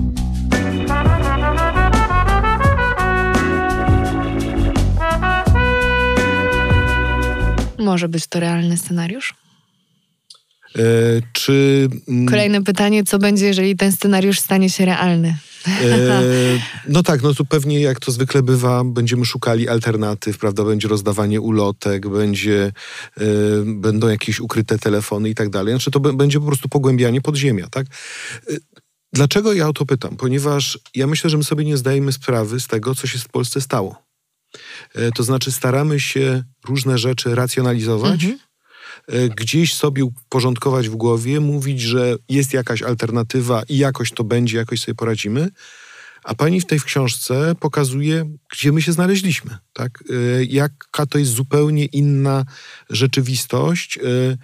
Może być to realny scenariusz? E, czy... Kolejne pytanie, co będzie, jeżeli ten scenariusz stanie się realny? E, no tak, no tu pewnie jak to zwykle bywa, będziemy szukali alternatyw, prawda, będzie rozdawanie ulotek, będzie, e, będą jakieś ukryte telefony i tak dalej. Znaczy to b- będzie po prostu pogłębianie podziemia, tak? E, dlaczego ja o to pytam? Ponieważ ja myślę, że my sobie nie zdajemy sprawy z tego, co się w Polsce stało. E, to znaczy staramy się różne rzeczy racjonalizować, mhm. gdzieś sobie uporządkować w głowie, mówić, że jest jakaś alternatywa i jakoś to będzie, jakoś sobie poradzimy, a pani w tej w książce pokazuje, gdzie my się znaleźliśmy, tak? Jaka to jest zupełnie inna rzeczywistość,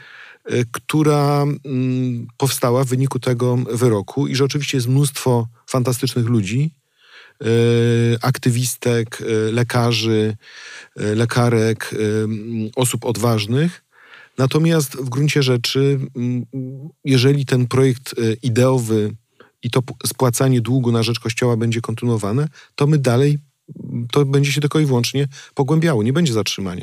która powstała w wyniku tego wyroku i że oczywiście jest mnóstwo fantastycznych ludzi, aktywistek, lekarzy, lekarek, osób odważnych. Natomiast w gruncie rzeczy, jeżeli ten projekt ideowy i to spłacanie długu na rzecz Kościoła będzie kontynuowane, to my dalej, to będzie się tylko i wyłącznie pogłębiało, nie będzie zatrzymania.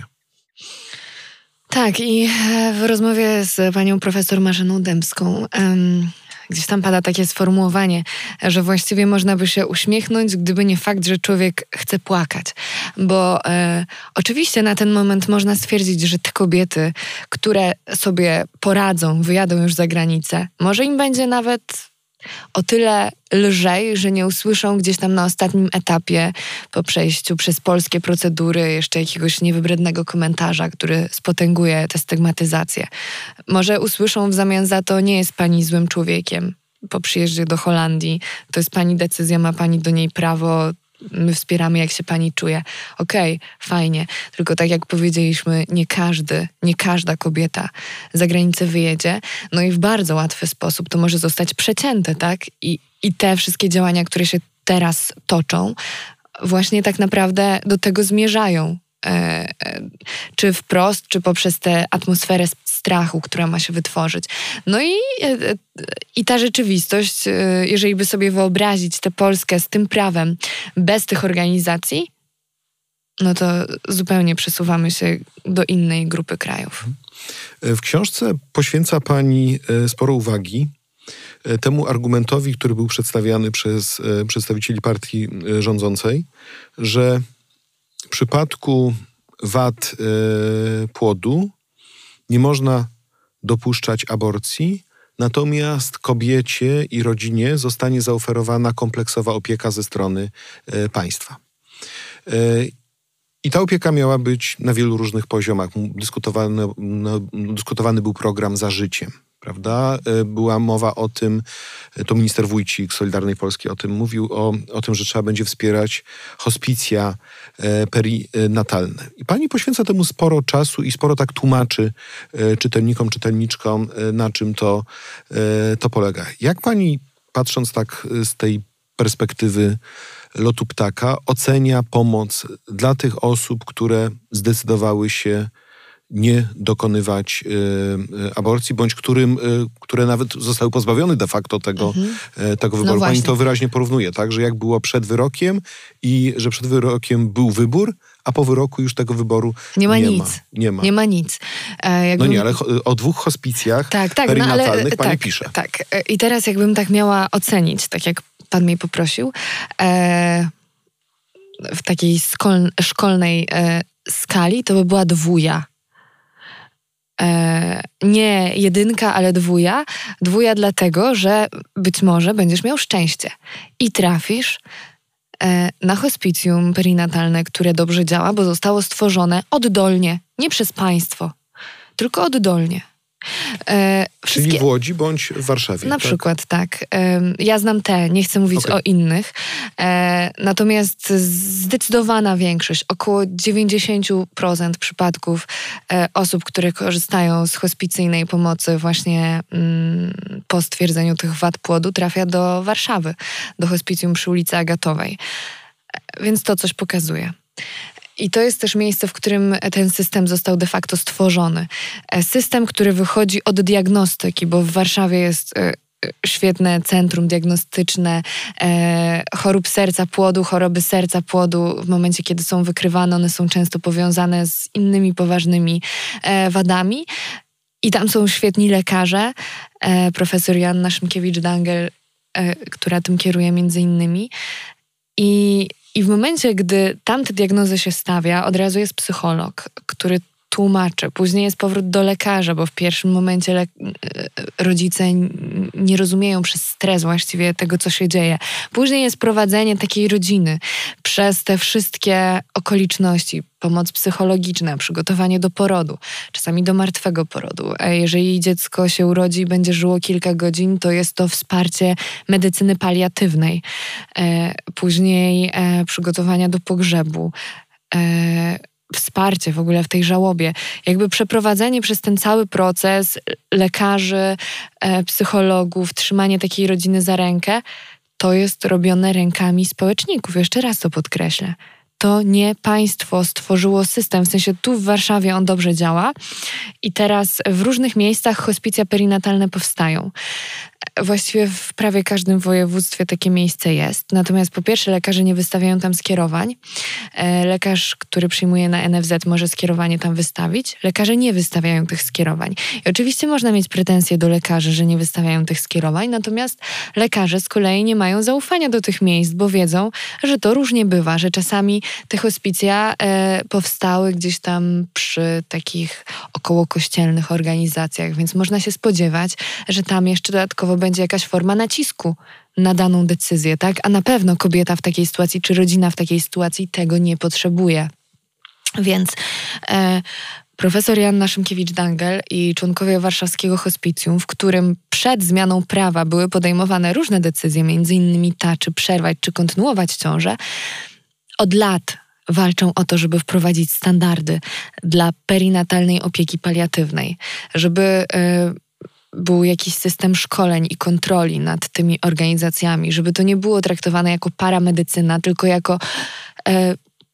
Tak, i w rozmowie z panią profesor Marzeną Dębską um, gdzieś tam pada takie sformułowanie, że właściwie można by się uśmiechnąć, gdyby nie fakt, że człowiek chce płakać. Bo e, oczywiście na ten moment można stwierdzić, że te kobiety, które sobie poradzą, wyjadą już za granicę, może im będzie nawet o tyle lżej, że nie usłyszą gdzieś tam na ostatnim etapie po przejściu przez polskie procedury jeszcze jakiegoś niewybrednego komentarza, który spotęguje tę stygmatyzację. Może usłyszą w zamian za to, nie jest pani złym człowiekiem po przyjeździe do Holandii, to jest pani decyzja, ma pani do niej prawo, my wspieramy, jak się pani czuje. Okej, okay, fajnie, tylko tak jak powiedzieliśmy, nie każdy, nie każda kobieta za granicę wyjedzie, no i w bardzo łatwy sposób to może zostać przecięte, tak? I, i te wszystkie działania, które się teraz toczą, właśnie tak naprawdę do tego zmierzają. czy wprost, czy poprzez tę atmosferę strachu, która ma się wytworzyć. No i, i ta rzeczywistość, jeżeli by sobie wyobrazić tę Polskę z tym prawem, bez tych organizacji, no to zupełnie przesuwamy się do innej grupy krajów. W książce poświęca pani sporo uwagi temu argumentowi, który był przedstawiany przez przedstawicieli partii rządzącej, że w przypadku wad płodu nie można dopuszczać aborcji, natomiast kobiecie i rodzinie zostanie zaoferowana kompleksowa opieka ze strony państwa. I ta opieka miała być na wielu różnych poziomach. Dyskutowany, no, dyskutowany był program Za życiem, prawda? Była mowa o tym, to minister Wójcik Solidarnej Polski o tym mówił, o, o tym, że trzeba będzie wspierać hospicja e, perinatalne. I pani poświęca temu sporo czasu i sporo tak tłumaczy e, czytelnikom, czytelniczkom, e, na czym to, e, to polega. Jak pani, patrząc tak z tej perspektywy lotu ptaka, ocenia pomoc dla tych osób, które zdecydowały się nie dokonywać y, aborcji, bądź którym, y, które nawet zostały pozbawione de facto tego, mhm. y, tego wyboru. No Pani to wyraźnie porównuje, tak? Że jak było przed wyrokiem i że przed wyrokiem był wybór, a po wyroku już tego wyboru nie ma nie nic. Ma. Nie ma. Nie ma nic. E, jakbym... No nie, ale o dwóch hospicjach tak, tak, perinatalnych no, ale, pani tak, pisze. Tak. I teraz jakbym tak miała ocenić, tak jak pan mnie poprosił, e, w takiej skol, szkolnej e, skali, to by była dwuja. E, nie jedynka, ale dwuja. Dwuja dlatego, że być może będziesz miał szczęście i trafisz e, na hospicjum perinatalne, które dobrze działa, bo zostało stworzone oddolnie, nie przez państwo, tylko oddolnie. E, wszystkie... Czyli w Łodzi bądź w Warszawie. Na tak? przykład, tak. E, ja znam te, nie chcę mówić okay. o innych. E, natomiast zdecydowana większość, około dziewięćdziesiąt procent przypadków e, osób, które korzystają z hospicyjnej pomocy właśnie mm, po stwierdzeniu tych wad płodu, trafia do Warszawy, do hospicjum przy ulicy Agatowej. E, więc to coś pokazuje. I to jest też miejsce, w którym ten system został de facto stworzony. System, który wychodzi od diagnostyki, bo w Warszawie jest świetne centrum diagnostyczne chorób serca płodu, choroby serca płodu. W momencie, kiedy są wykrywane, one są często powiązane z innymi poważnymi wadami. I tam są świetni lekarze. Profesor Joanna Szymkiewicz-Dangel, która tym kieruje między innymi. I I w momencie, gdy tamte diagnozy się stawia, od razu jest psycholog, który tłumaczy. Później jest powrót do lekarza, bo w pierwszym momencie le- rodzice nie rozumieją przez stres właściwie tego, co się dzieje. Później jest prowadzenie takiej rodziny przez te wszystkie okoliczności. Pomoc psychologiczna, przygotowanie do porodu, czasami do martwego porodu. A jeżeli dziecko się urodzi i będzie żyło kilka godzin, to jest to wsparcie medycyny paliatywnej. E, później e, przygotowania do pogrzebu. E, wsparcie w ogóle w tej żałobie. Jakby przeprowadzenie przez ten cały proces lekarzy, e, psychologów, trzymanie takiej rodziny za rękę, to jest robione rękami społeczników. Jeszcze raz to podkreślę. To nie państwo stworzyło system, w sensie tu w Warszawie on dobrze działa i teraz w różnych miejscach hospicja perinatalne powstają. Właściwie w prawie każdym województwie takie miejsce jest. Natomiast po pierwsze lekarze nie wystawiają tam skierowań. Lekarz, który przyjmuje na N F Z, może skierowanie tam wystawić. Lekarze nie wystawiają tych skierowań. I oczywiście można mieć pretensje do lekarzy, że nie wystawiają tych skierowań, natomiast lekarze z kolei nie mają zaufania do tych miejsc, bo wiedzą, że to różnie bywa, że czasami te hospicja e, powstały gdzieś tam przy takich okołokościelnych organizacjach, więc można się spodziewać, że tam jeszcze dodatkowo będzie jakaś forma nacisku na daną decyzję, tak? A na pewno kobieta w takiej sytuacji, czy rodzina w takiej sytuacji tego nie potrzebuje. Więc e, profesor Joanna Szymkiewicz-Dangel i członkowie warszawskiego hospicjum, w którym przed zmianą prawa były podejmowane różne decyzje, między innymi ta, czy przerwać, czy kontynuować ciążę, od lat walczą o to, żeby wprowadzić standardy dla perinatalnej opieki paliatywnej, żeby y, był jakiś system szkoleń i kontroli nad tymi organizacjami, żeby to nie było traktowane jako paramedycyna, tylko jako y,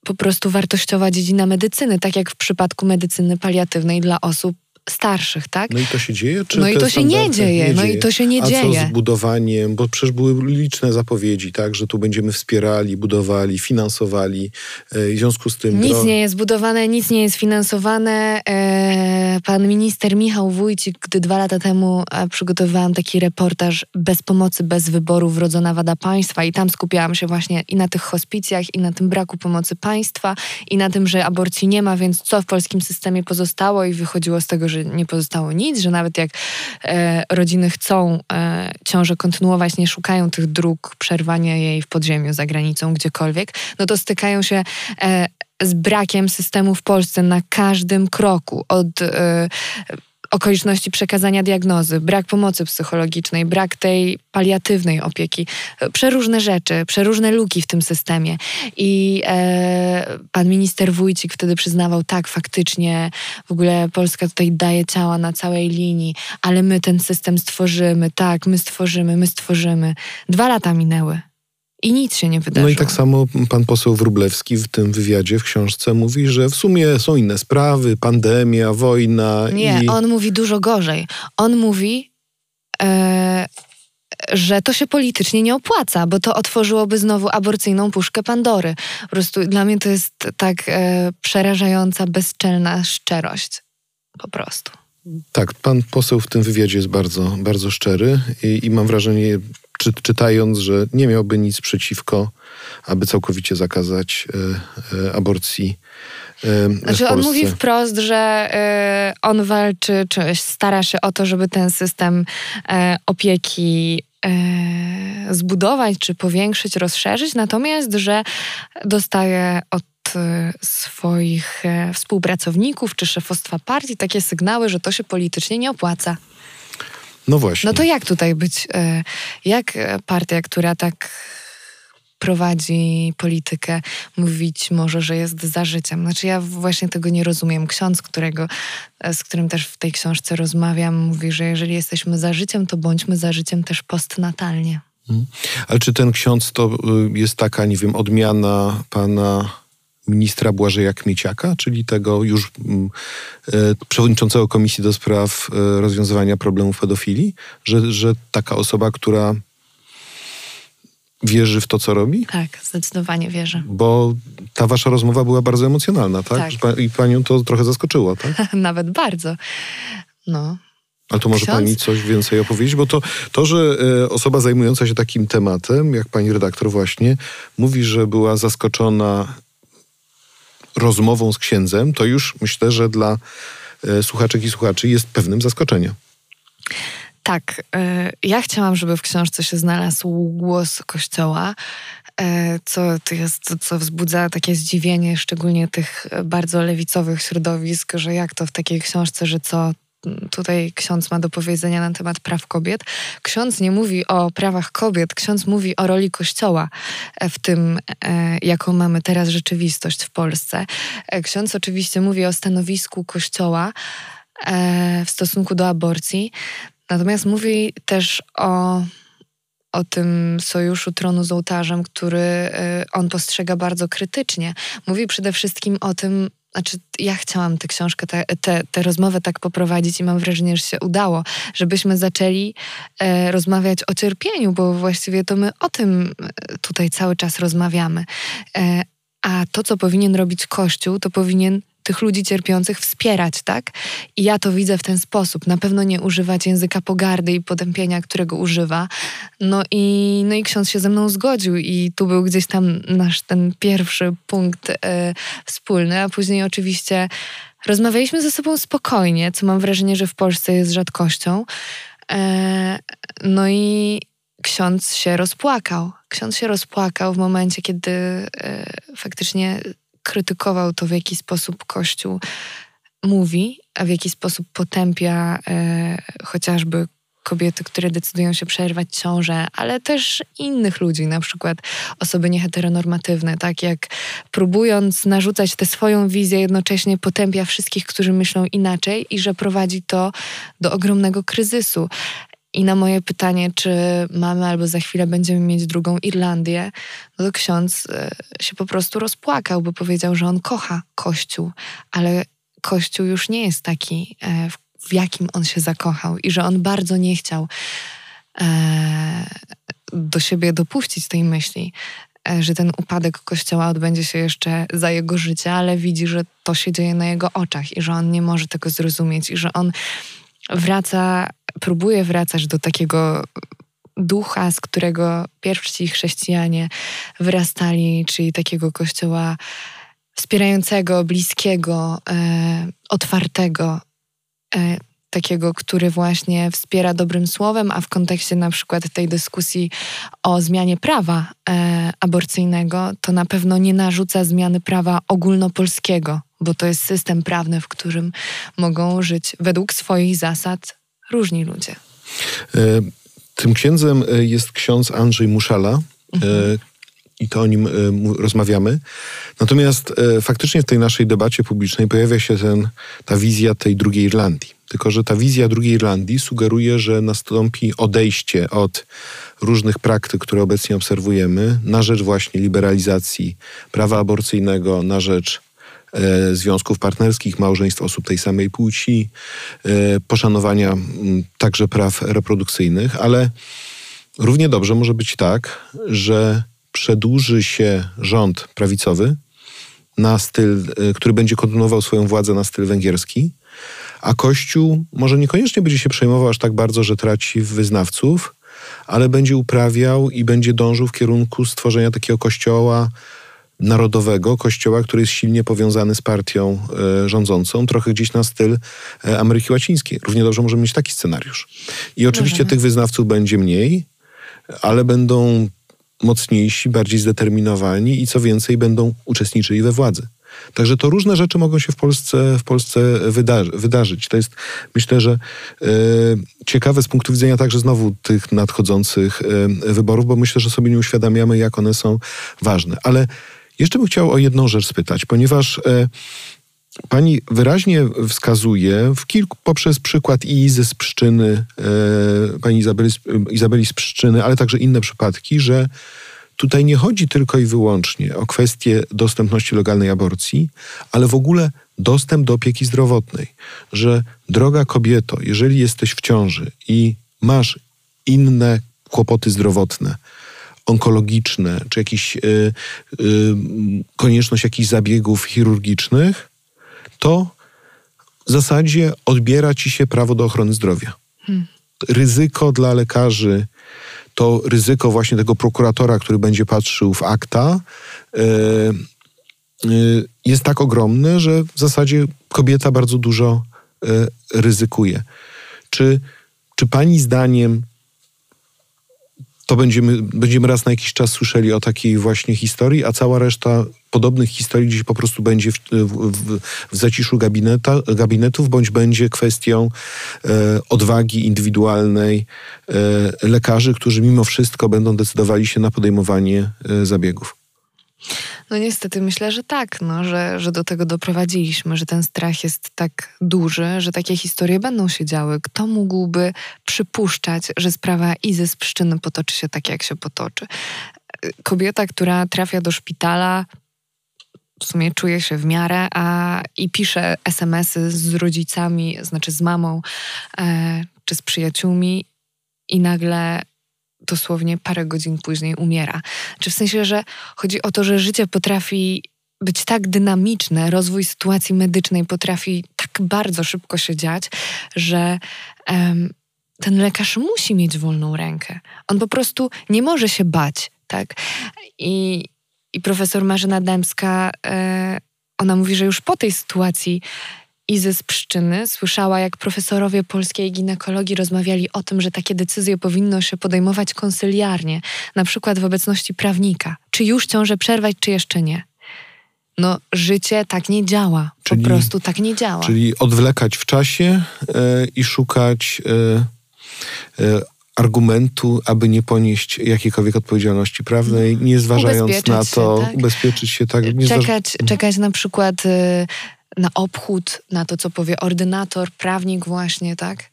po prostu wartościowa dziedzina medycyny, tak jak w przypadku medycyny paliatywnej dla osób starszych, tak? No i to się dzieje? Czy no i te to się nie dzieje, nie no dzieje? i to się nie A dzieje. co z budowaniem? Bo przecież były liczne zapowiedzi, tak, że tu będziemy wspierali, budowali, finansowali. W związku z tym... Nic dro... nie jest budowane, nic nie jest finansowane. Pan minister Michał Wójcik, gdy dwa lata temu przygotowywałam taki reportaż Bez pomocy, bez wyboru, wrodzona wada państwa i tam skupiałam się właśnie i na tych hospicjach, i na tym braku pomocy państwa, i na tym, że aborcji nie ma, więc co w polskim systemie pozostało i wychodziło z tego, że nie pozostało nic, że nawet jak e, rodziny chcą e, ciążę kontynuować, nie szukają tych dróg przerwania jej w podziemiu, za granicą, gdziekolwiek, no to stykają się e, z brakiem systemu w Polsce na każdym kroku. Od e, okoliczności przekazania diagnozy, brak pomocy psychologicznej, brak tej paliatywnej opieki, przeróżne rzeczy, przeróżne luki w tym systemie. I e, pan minister Wójcik wtedy przyznawał, tak, faktycznie w ogóle Polska tutaj daje ciała na całej linii, ale my ten system stworzymy, tak, my stworzymy, my stworzymy. Dwa lata minęły. I nic się nie wydarzyło. No i tak samo pan poseł Wróblewski w tym wywiadzie, w książce mówi, że w sumie są inne sprawy, pandemia, wojna. Nie, i... on mówi dużo gorzej. On mówi, e, że to się politycznie nie opłaca, bo to otworzyłoby znowu aborcyjną puszkę Pandory. Po prostu dla mnie to jest tak e, przerażająca, bezczelna szczerość. Po prostu. Tak, pan poseł w tym wywiadzie jest bardzo, bardzo szczery i, i mam wrażenie, czy, czytając, że nie miałby nic przeciwko, aby całkowicie zakazać e, e, aborcji e, Znaczy w on Polsce. mówi wprost, że e, on walczy, czy stara się o to, żeby ten system e, opieki e, zbudować, czy powiększyć, rozszerzyć, natomiast, że dostaje od swoich współpracowników czy szefostwa partii takie sygnały, że to się politycznie nie opłaca. No właśnie. No to jak tutaj być, jak partia, która tak prowadzi politykę, mówić może, że jest za życiem? Znaczy ja właśnie tego nie rozumiem. Ksiądz, którego, z którym też w tej książce rozmawiam, mówi, że jeżeli jesteśmy za życiem, to bądźmy za życiem też postnatalnie. Hmm. Ale czy ten ksiądz to jest taka, nie wiem, odmiana pana ministra Błażeja Kmieciaka, czyli tego już e, przewodniczącego Komisji do Spraw e, Rozwiązywania Problemów Pedofilii, że, że taka osoba, która wierzy w to, co robi? Tak, zdecydowanie wierzę. Bo ta wasza rozmowa była bardzo emocjonalna, tak? Tak. I panią to trochę zaskoczyło, tak? Nawet bardzo. No. Ale to może Ksiądz? pani coś więcej opowiedzieć? Bo to, to że e, osoba zajmująca się takim tematem, jak pani redaktor właśnie, mówi, że była zaskoczona rozmową z księdzem, to już myślę, że dla e, słuchaczek i słuchaczy jest pewnym zaskoczeniem. Tak. Y, ja chciałam, żeby w książce się znalazł głos Kościoła, y, co to jest, co wzbudza takie zdziwienie, szczególnie tych bardzo lewicowych środowisk, że jak to w takiej książce, że co tutaj ksiądz ma do powiedzenia na temat praw kobiet. Ksiądz nie mówi o prawach kobiet, ksiądz mówi o roli Kościoła w tym, jaką mamy teraz rzeczywistość w Polsce. Ksiądz oczywiście mówi o stanowisku Kościoła w stosunku do aborcji, natomiast mówi też o, o tym sojuszu tronu z ołtarzem, który on postrzega bardzo krytycznie. Mówi przede wszystkim o tym, Znaczy, ja chciałam tę książkę, tę te, te, te rozmowę tak poprowadzić i mam wrażenie, że się udało, żebyśmy zaczęli e, rozmawiać o cierpieniu, bo właściwie to my o tym tutaj cały czas rozmawiamy. E, a to, co powinien robić Kościół, to powinien tych ludzi cierpiących wspierać, tak? I ja to widzę w ten sposób. Na pewno nie używać języka pogardy i potępienia, którego używa. No i, no i ksiądz się ze mną zgodził i tu był gdzieś tam nasz ten pierwszy punkt e, wspólny, a później oczywiście rozmawialiśmy ze sobą spokojnie, co mam wrażenie, że w Polsce jest rzadkością. E, no i ksiądz się rozpłakał. Ksiądz się rozpłakał w momencie, kiedy e, faktycznie krytykował to, w jaki sposób Kościół mówi, a w jaki sposób potępia e, chociażby kobiety, które decydują się przerwać ciążę, ale też innych ludzi, na przykład osoby nieheteronormatywne, tak jak próbując narzucać tę swoją wizję, jednocześnie potępia wszystkich, którzy myślą inaczej i że prowadzi to do ogromnego kryzysu. I na moje pytanie, czy mamy albo za chwilę będziemy mieć drugą Irlandię, no to ksiądz się po prostu rozpłakał, bo powiedział, że on kocha Kościół, ale Kościół już nie jest taki, w jakim on się zakochał i że on bardzo nie chciał do siebie dopuścić tej myśli, że ten upadek Kościoła odbędzie się jeszcze za jego życia, ale widzi, że to się dzieje na jego oczach i że on nie może tego zrozumieć i że on wraca, próbuje wracać do takiego ducha, z którego pierwsi chrześcijanie wyrastali, czyli takiego Kościoła wspierającego, bliskiego, e, otwartego, e, takiego, który właśnie wspiera dobrym słowem, a w kontekście na przykład tej dyskusji o zmianie prawa e, aborcyjnego, to na pewno nie narzuca zmiany prawa ogólnopolskiego, bo to jest system prawny, w którym mogą żyć według swoich zasad różni ludzie. Tym księdzem jest ksiądz Andrzej Muszala, mhm. i to o nim rozmawiamy. Natomiast faktycznie w tej naszej debacie publicznej pojawia się ten, ta wizja tej drugiej Irlandii. Tylko że ta wizja drugiej Irlandii sugeruje, że nastąpi odejście od różnych praktyk, które obecnie obserwujemy, na rzecz właśnie liberalizacji prawa aborcyjnego, na rzecz e, związków partnerskich, małżeństw osób tej samej płci, e, poszanowania m, także praw reprodukcyjnych, ale równie dobrze może być tak, że przedłuży się rząd prawicowy na styl, e, który będzie kontynuował swoją władzę na styl węgierski, a Kościół może niekoniecznie będzie się przejmował aż tak bardzo, że traci wyznawców, ale będzie uprawiał i będzie dążył w kierunku stworzenia takiego kościoła narodowego, kościoła, który jest silnie powiązany z partią e, rządzącą, trochę gdzieś na styl e, Ameryki Łacińskiej. Równie dobrze możemy mieć taki scenariusz. I oczywiście Możemy. tych wyznawców będzie mniej, ale będą mocniejsi, bardziej zdeterminowani i co więcej będą uczestniczyli we władzy. Także to różne rzeczy mogą się w Polsce, w Polsce wydarzy, wydarzyć. To jest, myślę, że e, ciekawe z punktu widzenia także znowu tych nadchodzących e, wyborów, bo myślę, że sobie nie uświadamiamy, jak one są ważne. Ale jeszcze bym chciał o jedną rzecz spytać, ponieważ e, pani wyraźnie wskazuje w kilku, poprzez przykład i Izy z Pszczyny, e, pani Izabeli, Izabeli z Pszczyny, ale także inne przypadki, że tutaj nie chodzi tylko i wyłącznie o kwestię dostępności legalnej aborcji, ale w ogóle dostęp do opieki zdrowotnej. Że droga kobieto, jeżeli jesteś w ciąży i masz inne kłopoty zdrowotne, onkologiczne, czy jakieś, yy, yy, konieczność jakichś zabiegów chirurgicznych, to w zasadzie odbiera ci się prawo do ochrony zdrowia. Hmm. Ryzyko dla lekarzy, to ryzyko właśnie tego prokuratora, który będzie patrzył w akta, yy, yy, jest tak ogromne, że w zasadzie kobieta bardzo dużo yy, ryzykuje. Czy, czy pani zdaniem to będziemy, będziemy raz na jakiś czas słyszeli o takiej właśnie historii, a cała reszta podobnych historii gdzieś po prostu będzie w, w, w zaciszu gabineta, gabinetów, bądź będzie kwestią e, odwagi indywidualnej e, lekarzy, którzy mimo wszystko będą decydowali się na podejmowanie e, zabiegów? No niestety myślę, że tak, no, że, że do tego doprowadziliśmy, że ten strach jest tak duży, że takie historie będą się działy. Kto mógłby przypuszczać, że sprawa Izy z Pszczyny potoczy się tak, jak się potoczy? Kobieta, która trafia do szpitala, w sumie czuje się w miarę, a i pisze es em esy z rodzicami, znaczy z mamą, e, czy z przyjaciółmi i nagle dosłownie parę godzin później umiera. Czy w sensie, że chodzi o to, że życie potrafi być tak dynamiczne, rozwój sytuacji medycznej potrafi tak bardzo szybko się dziać, że um, ten lekarz musi mieć wolną rękę. On po prostu nie może się bać, tak? I, i profesor Marzena Dębska, e, ona mówi, że już po tej sytuacji Izy z Pszczyny słyszała, jak profesorowie polskiej ginekologii rozmawiali o tym, że takie decyzje powinno się podejmować konsyliarnie, na przykład w obecności prawnika. Czy już ciążę przerwać, czy jeszcze nie? No, życie tak nie działa. Czyli, po prostu tak nie działa. Czyli odwlekać w czasie e, i szukać e, e, argumentu, aby nie ponieść jakiejkolwiek odpowiedzialności prawnej, nie zważając na to, się, tak? ubezpieczyć się tak. Nie czekać, zważ... czekać na przykład... Y, na obchód, na to, co powie ordynator, prawnik właśnie, tak?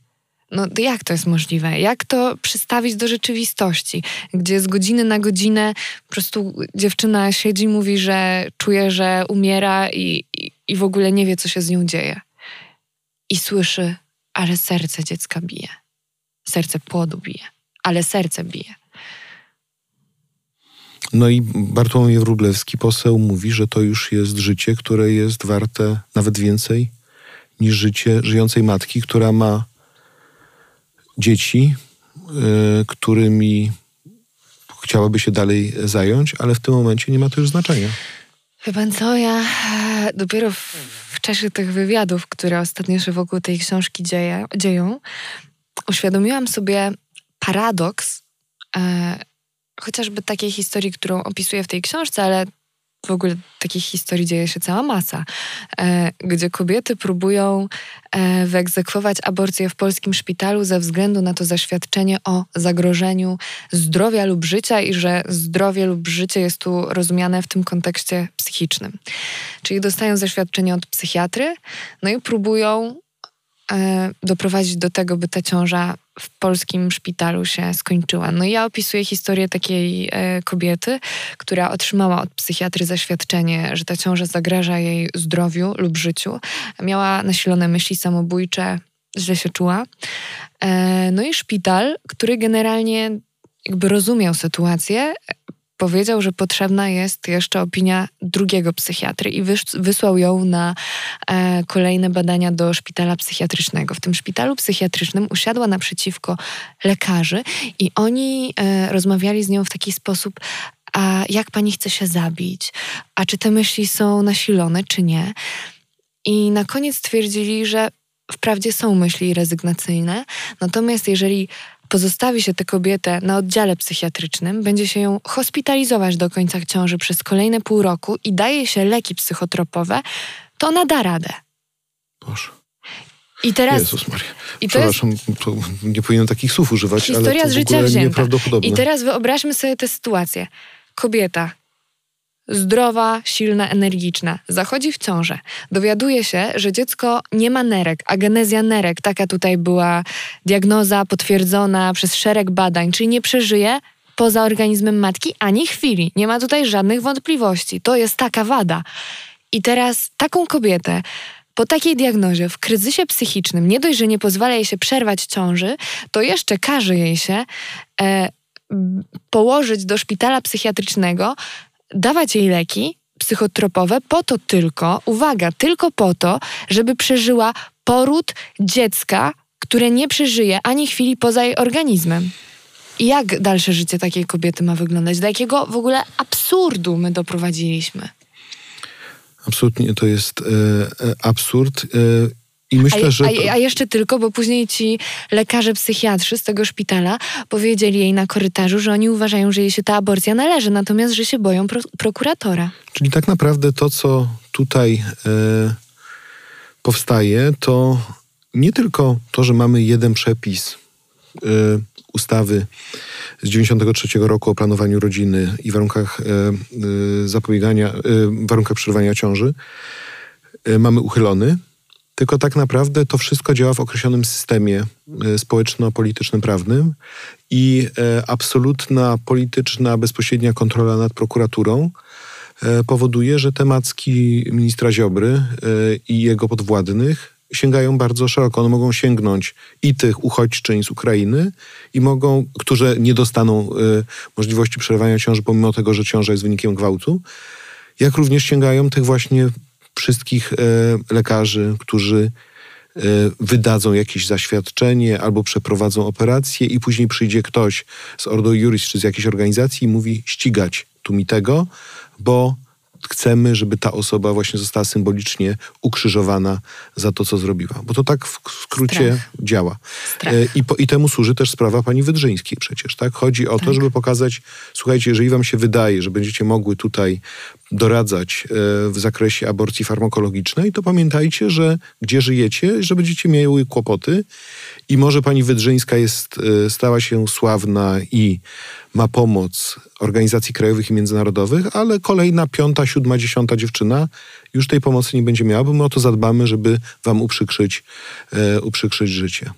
No jak to jest możliwe? Jak to przystawić do rzeczywistości, gdzie z godziny na godzinę po prostu dziewczyna siedzi i mówi, że czuje, że umiera i, i, i w ogóle nie wie, co się z nią dzieje. I słyszy, ale serce dziecka bije. Serce płodu bije, ale serce bije. No i Bartłomiej Wróblewski, poseł, mówi, że to już jest życie, które jest warte nawet więcej niż życie żyjącej matki, która ma dzieci, y, którymi chciałaby się dalej zająć, ale w tym momencie nie ma to już znaczenia. Wie pan co, ja dopiero w, w czasie tych wywiadów, które ostatnio się wokół tej książki dzieje, dzieją, uświadomiłam sobie paradoks e, chociażby takiej historii, którą opisuję w tej książce, ale w ogóle takich historii dzieje się cała masa, e, gdzie kobiety próbują e, wyegzekwować aborcję w polskim szpitalu ze względu na to zaświadczenie o zagrożeniu zdrowia lub życia i że zdrowie lub życie jest tu rozumiane w tym kontekście psychicznym. Czyli dostają zaświadczenie od psychiatry, no i próbują e, doprowadzić do tego, by ta ciąża w polskim szpitalu się skończyła. No i ja opisuję historię takiej e, kobiety, która otrzymała od psychiatry zaświadczenie, że ta ciąża zagraża jej zdrowiu lub życiu. Miała nasilone myśli samobójcze, źle się czuła. E, no i szpital, który generalnie jakby rozumiał sytuację, powiedział, że potrzebna jest jeszcze opinia drugiego psychiatry i wys- wysłał ją na e, kolejne badania do szpitala psychiatrycznego. W tym szpitalu psychiatrycznym usiadła naprzeciwko lekarzy i oni e, rozmawiali z nią w taki sposób: a jak pani chce się zabić? A czy te myśli są nasilone, czy nie? I na koniec stwierdzili, że wprawdzie są myśli rezygnacyjne, natomiast jeżeli pozostawi się tę kobietę na oddziale psychiatrycznym, będzie się ją hospitalizować do końca ciąży przez kolejne pół roku i daje się leki psychotropowe, to ona da radę. Boże. I teraz, Jezus Maria. i to Przepraszam, to nie powinienem takich słów używać, historia ale to z w życia ogóle wzięta. nieprawdopodobne. I teraz wyobraźmy sobie tę sytuację. Kobieta, zdrowa, silna, energiczna, zachodzi w ciążę. Dowiaduje się, że dziecko nie ma nerek, agenezja nerek, taka tutaj była diagnoza potwierdzona przez szereg badań, czyli nie przeżyje poza organizmem matki ani chwili. Nie ma tutaj żadnych wątpliwości. To jest taka wada. I teraz taką kobietę po takiej diagnozie w kryzysie psychicznym nie dość, że nie pozwala jej się przerwać ciąży, to jeszcze każe jej się e, położyć do szpitala psychiatrycznego, dawać jej leki psychotropowe po to tylko, uwaga, tylko po to, żeby przeżyła poród dziecka, które nie przeżyje ani chwili poza jej organizmem. I jak dalsze życie takiej kobiety ma wyglądać? Do jakiego w ogóle absurdu my doprowadziliśmy? Absolutnie to jest e, e, absurd. E, I myślę, a, że... A, to... a jeszcze tylko, bo później ci lekarze psychiatrzy z tego szpitala powiedzieli jej na korytarzu, że oni uważają, że jej się ta aborcja należy, natomiast że się boją pro, prokuratora. Czyli tak naprawdę to, co tutaj e, powstaje, to nie tylko to, że mamy jeden przepis e, ustawy z dziewięćdziesiątego trzeciego roku o planowaniu rodziny i warunkach e, e, zapobiegania, e, warunkach przerywania ciąży, e, mamy uchylony, tylko tak naprawdę to wszystko działa w określonym systemie społeczno-politycznym, prawnym i e, absolutna polityczna, bezpośrednia kontrola nad prokuraturą e, powoduje, że te macki ministra Ziobry e, i jego podwładnych sięgają bardzo szeroko. One mogą sięgnąć i tych uchodźczyń z Ukrainy, i mogą, którzy nie dostaną e, możliwości przerywania ciąży, pomimo tego, że ciąża jest wynikiem gwałtu, jak również sięgają tych właśnie wszystkich e, lekarzy, którzy e, wydadzą jakieś zaświadczenie albo przeprowadzą operację i później przyjdzie ktoś z Ordo Iuris czy z jakiejś organizacji i mówi: ścigać tu mi tego, bo chcemy, żeby ta osoba właśnie została symbolicznie ukrzyżowana za to, co zrobiła. Bo to tak w skrócie Strach. działa. Strach. I, po, I temu służy też sprawa pani Wydrzyńskiej przecież, tak? Chodzi o tak. to, żeby pokazać, słuchajcie, jeżeli wam się wydaje, że będziecie mogły tutaj doradzać w zakresie aborcji farmakologicznej, to pamiętajcie, że gdzie żyjecie, że będziecie miały kłopoty i może pani Wydrzyńska jest, stała się sławna i ma pomoc organizacji krajowych i międzynarodowych, ale kolejna, piąta, siódma, dziesiąta dziewczyna już tej pomocy nie będzie miała, bo my o to zadbamy, żeby wam uprzykrzyć, e, uprzykrzyć życie.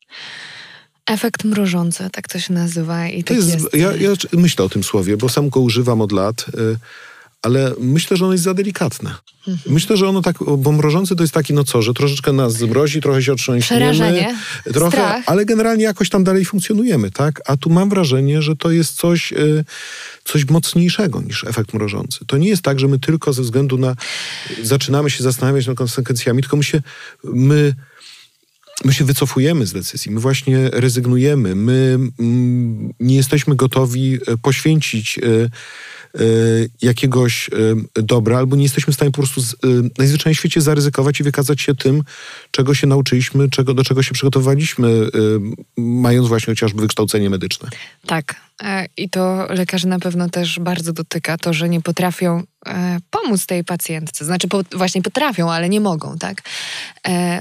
Efekt mrożący, tak to się nazywa. I To tak jest, jest. ja, ja myślę o tym słowie, bo sam go używam od lat, y, ale myślę, że ono jest za delikatne. Mhm. Myślę, że ono tak, bo mrożący to jest taki, no co, że troszeczkę nas zmrozi, trochę się otrząśniemy. Przerażenie, trochę, strach. ale generalnie jakoś tam dalej funkcjonujemy, tak? A tu mam wrażenie, że to jest coś, y, coś mocniejszego niż efekt mrożący. To nie jest tak, że my tylko ze względu na... zaczynamy się zastanawiać nad konsekwencjami, tylko my się... My, My się wycofujemy z decyzji, my właśnie rezygnujemy, my mm, nie jesteśmy gotowi poświęcić y, y, jakiegoś y, dobra, albo nie jesteśmy w stanie po prostu z, y, najzwyczajniej w świecie zaryzykować i wykazać się tym, czego się nauczyliśmy, czego, do czego się przygotowaliśmy, y, mając właśnie chociażby wykształcenie medyczne. Tak. E, I to lekarzy na pewno też bardzo dotyka, to, że nie potrafią e, pomóc tej pacjentce. Znaczy po, właśnie potrafią, ale nie mogą, tak? E,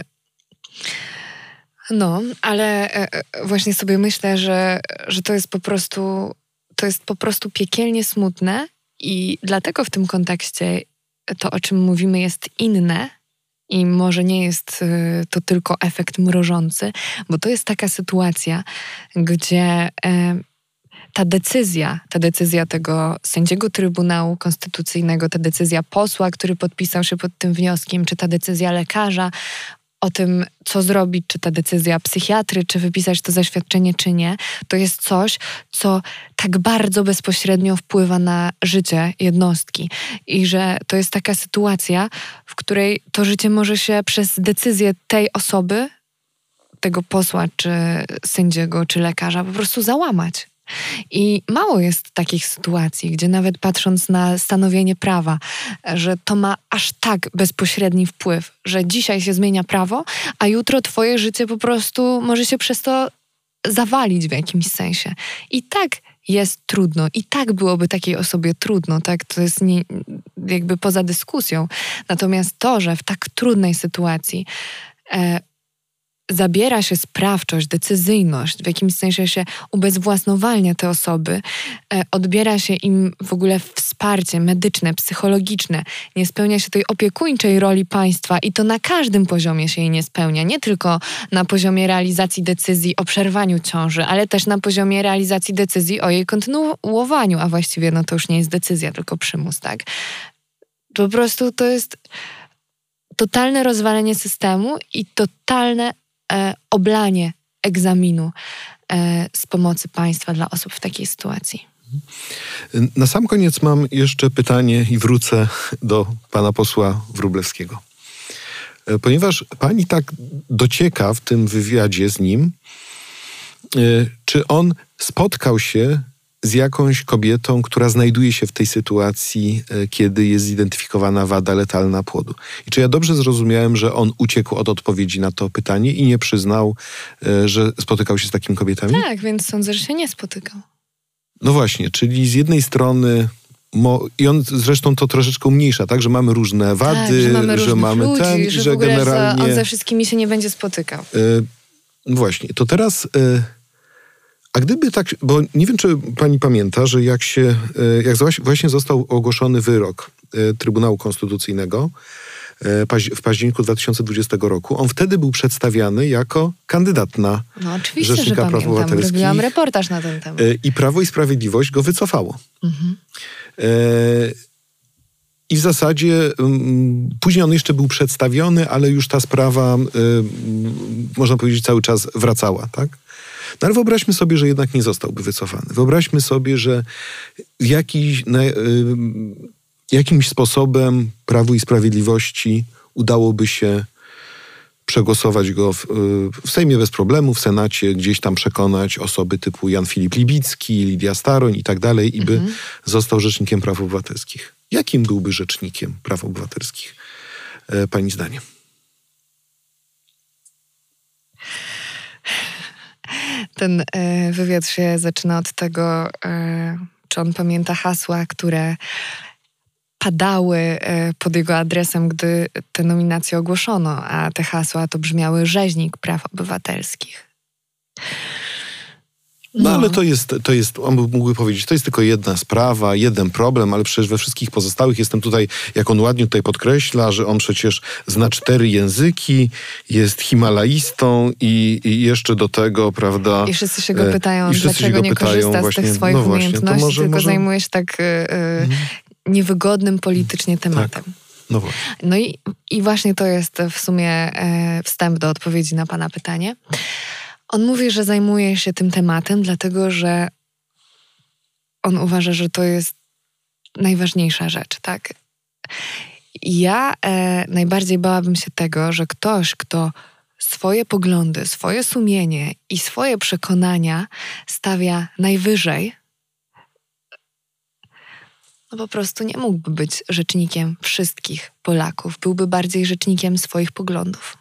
No, ale właśnie sobie myślę, że, że to jest po prostu to jest po prostu piekielnie smutne i dlatego w tym kontekście to, o czym mówimy, jest inne i może nie jest to tylko efekt mrożący, bo to jest taka sytuacja, gdzie ta decyzja, ta decyzja tego sędziego Trybunału Konstytucyjnego, ta decyzja posła, który podpisał się pod tym wnioskiem, czy ta decyzja lekarza o tym, co zrobić, czy ta decyzja psychiatry, czy wypisać to zaświadczenie, czy nie, to jest coś, co tak bardzo bezpośrednio wpływa na życie jednostki. I że to jest taka sytuacja, w której to życie może się przez decyzję tej osoby, tego posła, czy sędziego, czy lekarza po prostu załamać. I mało jest takich sytuacji, gdzie nawet patrząc na stanowienie prawa, że to ma aż tak bezpośredni wpływ, że dzisiaj się zmienia prawo, a jutro twoje życie po prostu może się przez to zawalić w jakimś sensie. I tak jest trudno. I tak byłoby takiej osobie trudno, tak? To jest nie, jakby poza dyskusją. Natomiast to, że w tak trudnej sytuacji e, zabiera się sprawczość, decyzyjność, w jakimś sensie się ubezwłasnowalnia te osoby, e, odbiera się im w ogóle wsparcie medyczne, psychologiczne, nie spełnia się tej opiekuńczej roli państwa i to na każdym poziomie się jej nie spełnia, nie tylko na poziomie realizacji decyzji o przerwaniu ciąży, ale też na poziomie realizacji decyzji o jej kontynuowaniu, a właściwie no to już nie jest decyzja, tylko przymus, tak? Po prostu to jest totalne rozwalenie systemu i totalne E, oblanie egzaminu e, z pomocy państwa dla osób w takiej sytuacji. Na sam koniec mam jeszcze pytanie i wrócę do pana posła Wróblewskiego. E, ponieważ pani tak docieka w tym wywiadzie z nim, e, czy on spotkał się z jakąś kobietą, która znajduje się w tej sytuacji, kiedy jest zidentyfikowana wada letalna płodu. I czy ja dobrze zrozumiałem, że on uciekł od odpowiedzi na to pytanie i nie przyznał, że spotykał się z takimi kobietami? Tak, więc sądzę, że się nie spotykał. No właśnie, czyli z jednej strony Mo, i on zresztą to troszeczkę umniejsza, tak? Że mamy różne wady, tak, że mamy, że mamy ludzi, ten, że, że w ogóle generalnie... on ze wszystkimi się nie będzie spotykał. Yy, właśnie, to teraz... Yy, A gdyby tak, bo nie wiem, czy pani pamięta, że jak się, jak właśnie został ogłoszony wyrok Trybunału Konstytucyjnego w październiku dwa tysiące dwudziestego roku, on wtedy był przedstawiany jako kandydat na no, oczywiście, Rzecznika że Praw pamiętam. Obywatelskich. Robiłam reportaż na ten temat. I Prawo i Sprawiedliwość go wycofało. Mhm. I w zasadzie um, później on jeszcze był przedstawiony, ale już ta sprawa, um, można powiedzieć, cały czas wracała, tak? No ale wyobraźmy sobie, że jednak nie zostałby wycofany. Wyobraźmy sobie, że w jakiś, na, y, jakimś sposobem Prawu i Sprawiedliwości udałoby się przegłosować go w, w Sejmie bez problemu, w Senacie gdzieś tam przekonać osoby typu Jan Filip Libicki, Lidia Staroń i tak dalej, i by mhm. został Rzecznikiem Praw Obywatelskich. Jakim byłby Rzecznikiem Praw Obywatelskich, e, pani zdaniem? Ten e, wywiad się zaczyna od tego, e, czy on pamięta hasła, które padały e, pod jego adresem, gdy te nominacje ogłoszono, a te hasła to brzmiały Rzeźnik Praw Obywatelskich. No, no ale to jest, to jest, on mógłby powiedzieć, to jest tylko jedna sprawa, jeden problem, ale przecież we wszystkich pozostałych jestem tutaj, jak on ładnie tutaj podkreśla, że on przecież zna cztery języki, jest himalaistą i, i jeszcze do tego, prawda... I wszyscy się go pytają, i dlaczego nie korzysta właśnie, z tych swoich no właśnie, umiejętności, może, tylko może... zajmujesz tak y, y, mhm. niewygodnym politycznie tematem. Tak. No właśnie. No i, i właśnie to jest w sumie e, wstęp do odpowiedzi na pana pytanie. On mówi, że zajmuje się tym tematem, dlatego że on uważa, że to jest najważniejsza rzecz, tak? Ja e, najbardziej bałabym się tego, że ktoś, kto swoje poglądy, swoje sumienie i swoje przekonania stawia najwyżej, no po prostu nie mógłby być rzecznikiem wszystkich Polaków. Byłby bardziej rzecznikiem swoich poglądów.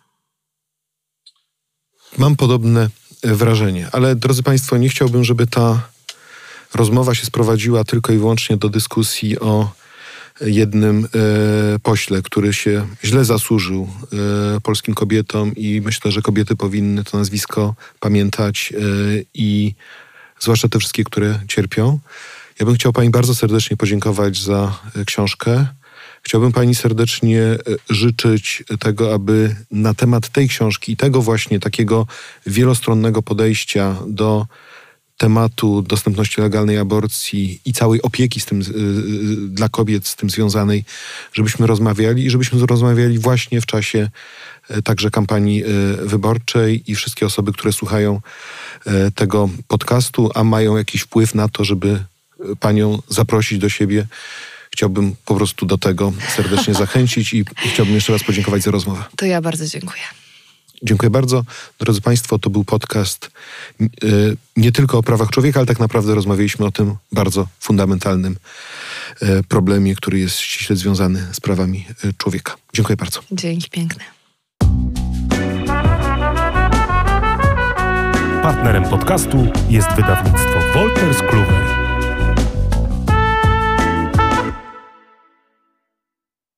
Mam podobne wrażenie, ale drodzy Państwo, nie chciałbym, żeby ta rozmowa się sprowadziła tylko i wyłącznie do dyskusji o jednym e, pośle, który się źle zasłużył e, polskim kobietom i myślę, że kobiety powinny to nazwisko pamiętać e, i zwłaszcza te wszystkie, które cierpią. Ja bym chciał Pani bardzo serdecznie podziękować za książkę. Chciałbym Pani serdecznie życzyć tego, aby na temat tej książki i tego właśnie takiego wielostronnego podejścia do tematu dostępności legalnej aborcji i całej opieki z tym, yy, dla kobiet z tym związanej, żebyśmy rozmawiali i żebyśmy rozmawiali właśnie w czasie yy, także kampanii yy, wyborczej i wszystkie osoby, które słuchają yy, tego podcastu, a mają jakiś wpływ na to, żeby Panią zaprosić do siebie. Chciałbym po prostu do tego serdecznie zachęcić i chciałbym jeszcze raz podziękować za rozmowę. To ja bardzo dziękuję. Dziękuję bardzo. Drodzy Państwo, to był podcast yy, nie tylko o prawach człowieka, ale tak naprawdę rozmawialiśmy o tym bardzo fundamentalnym yy, problemie, który jest ściśle związany z prawami yy, człowieka. Dziękuję bardzo. Dzięki piękne. Partnerem podcastu jest wydawnictwo Wolters Kluwer.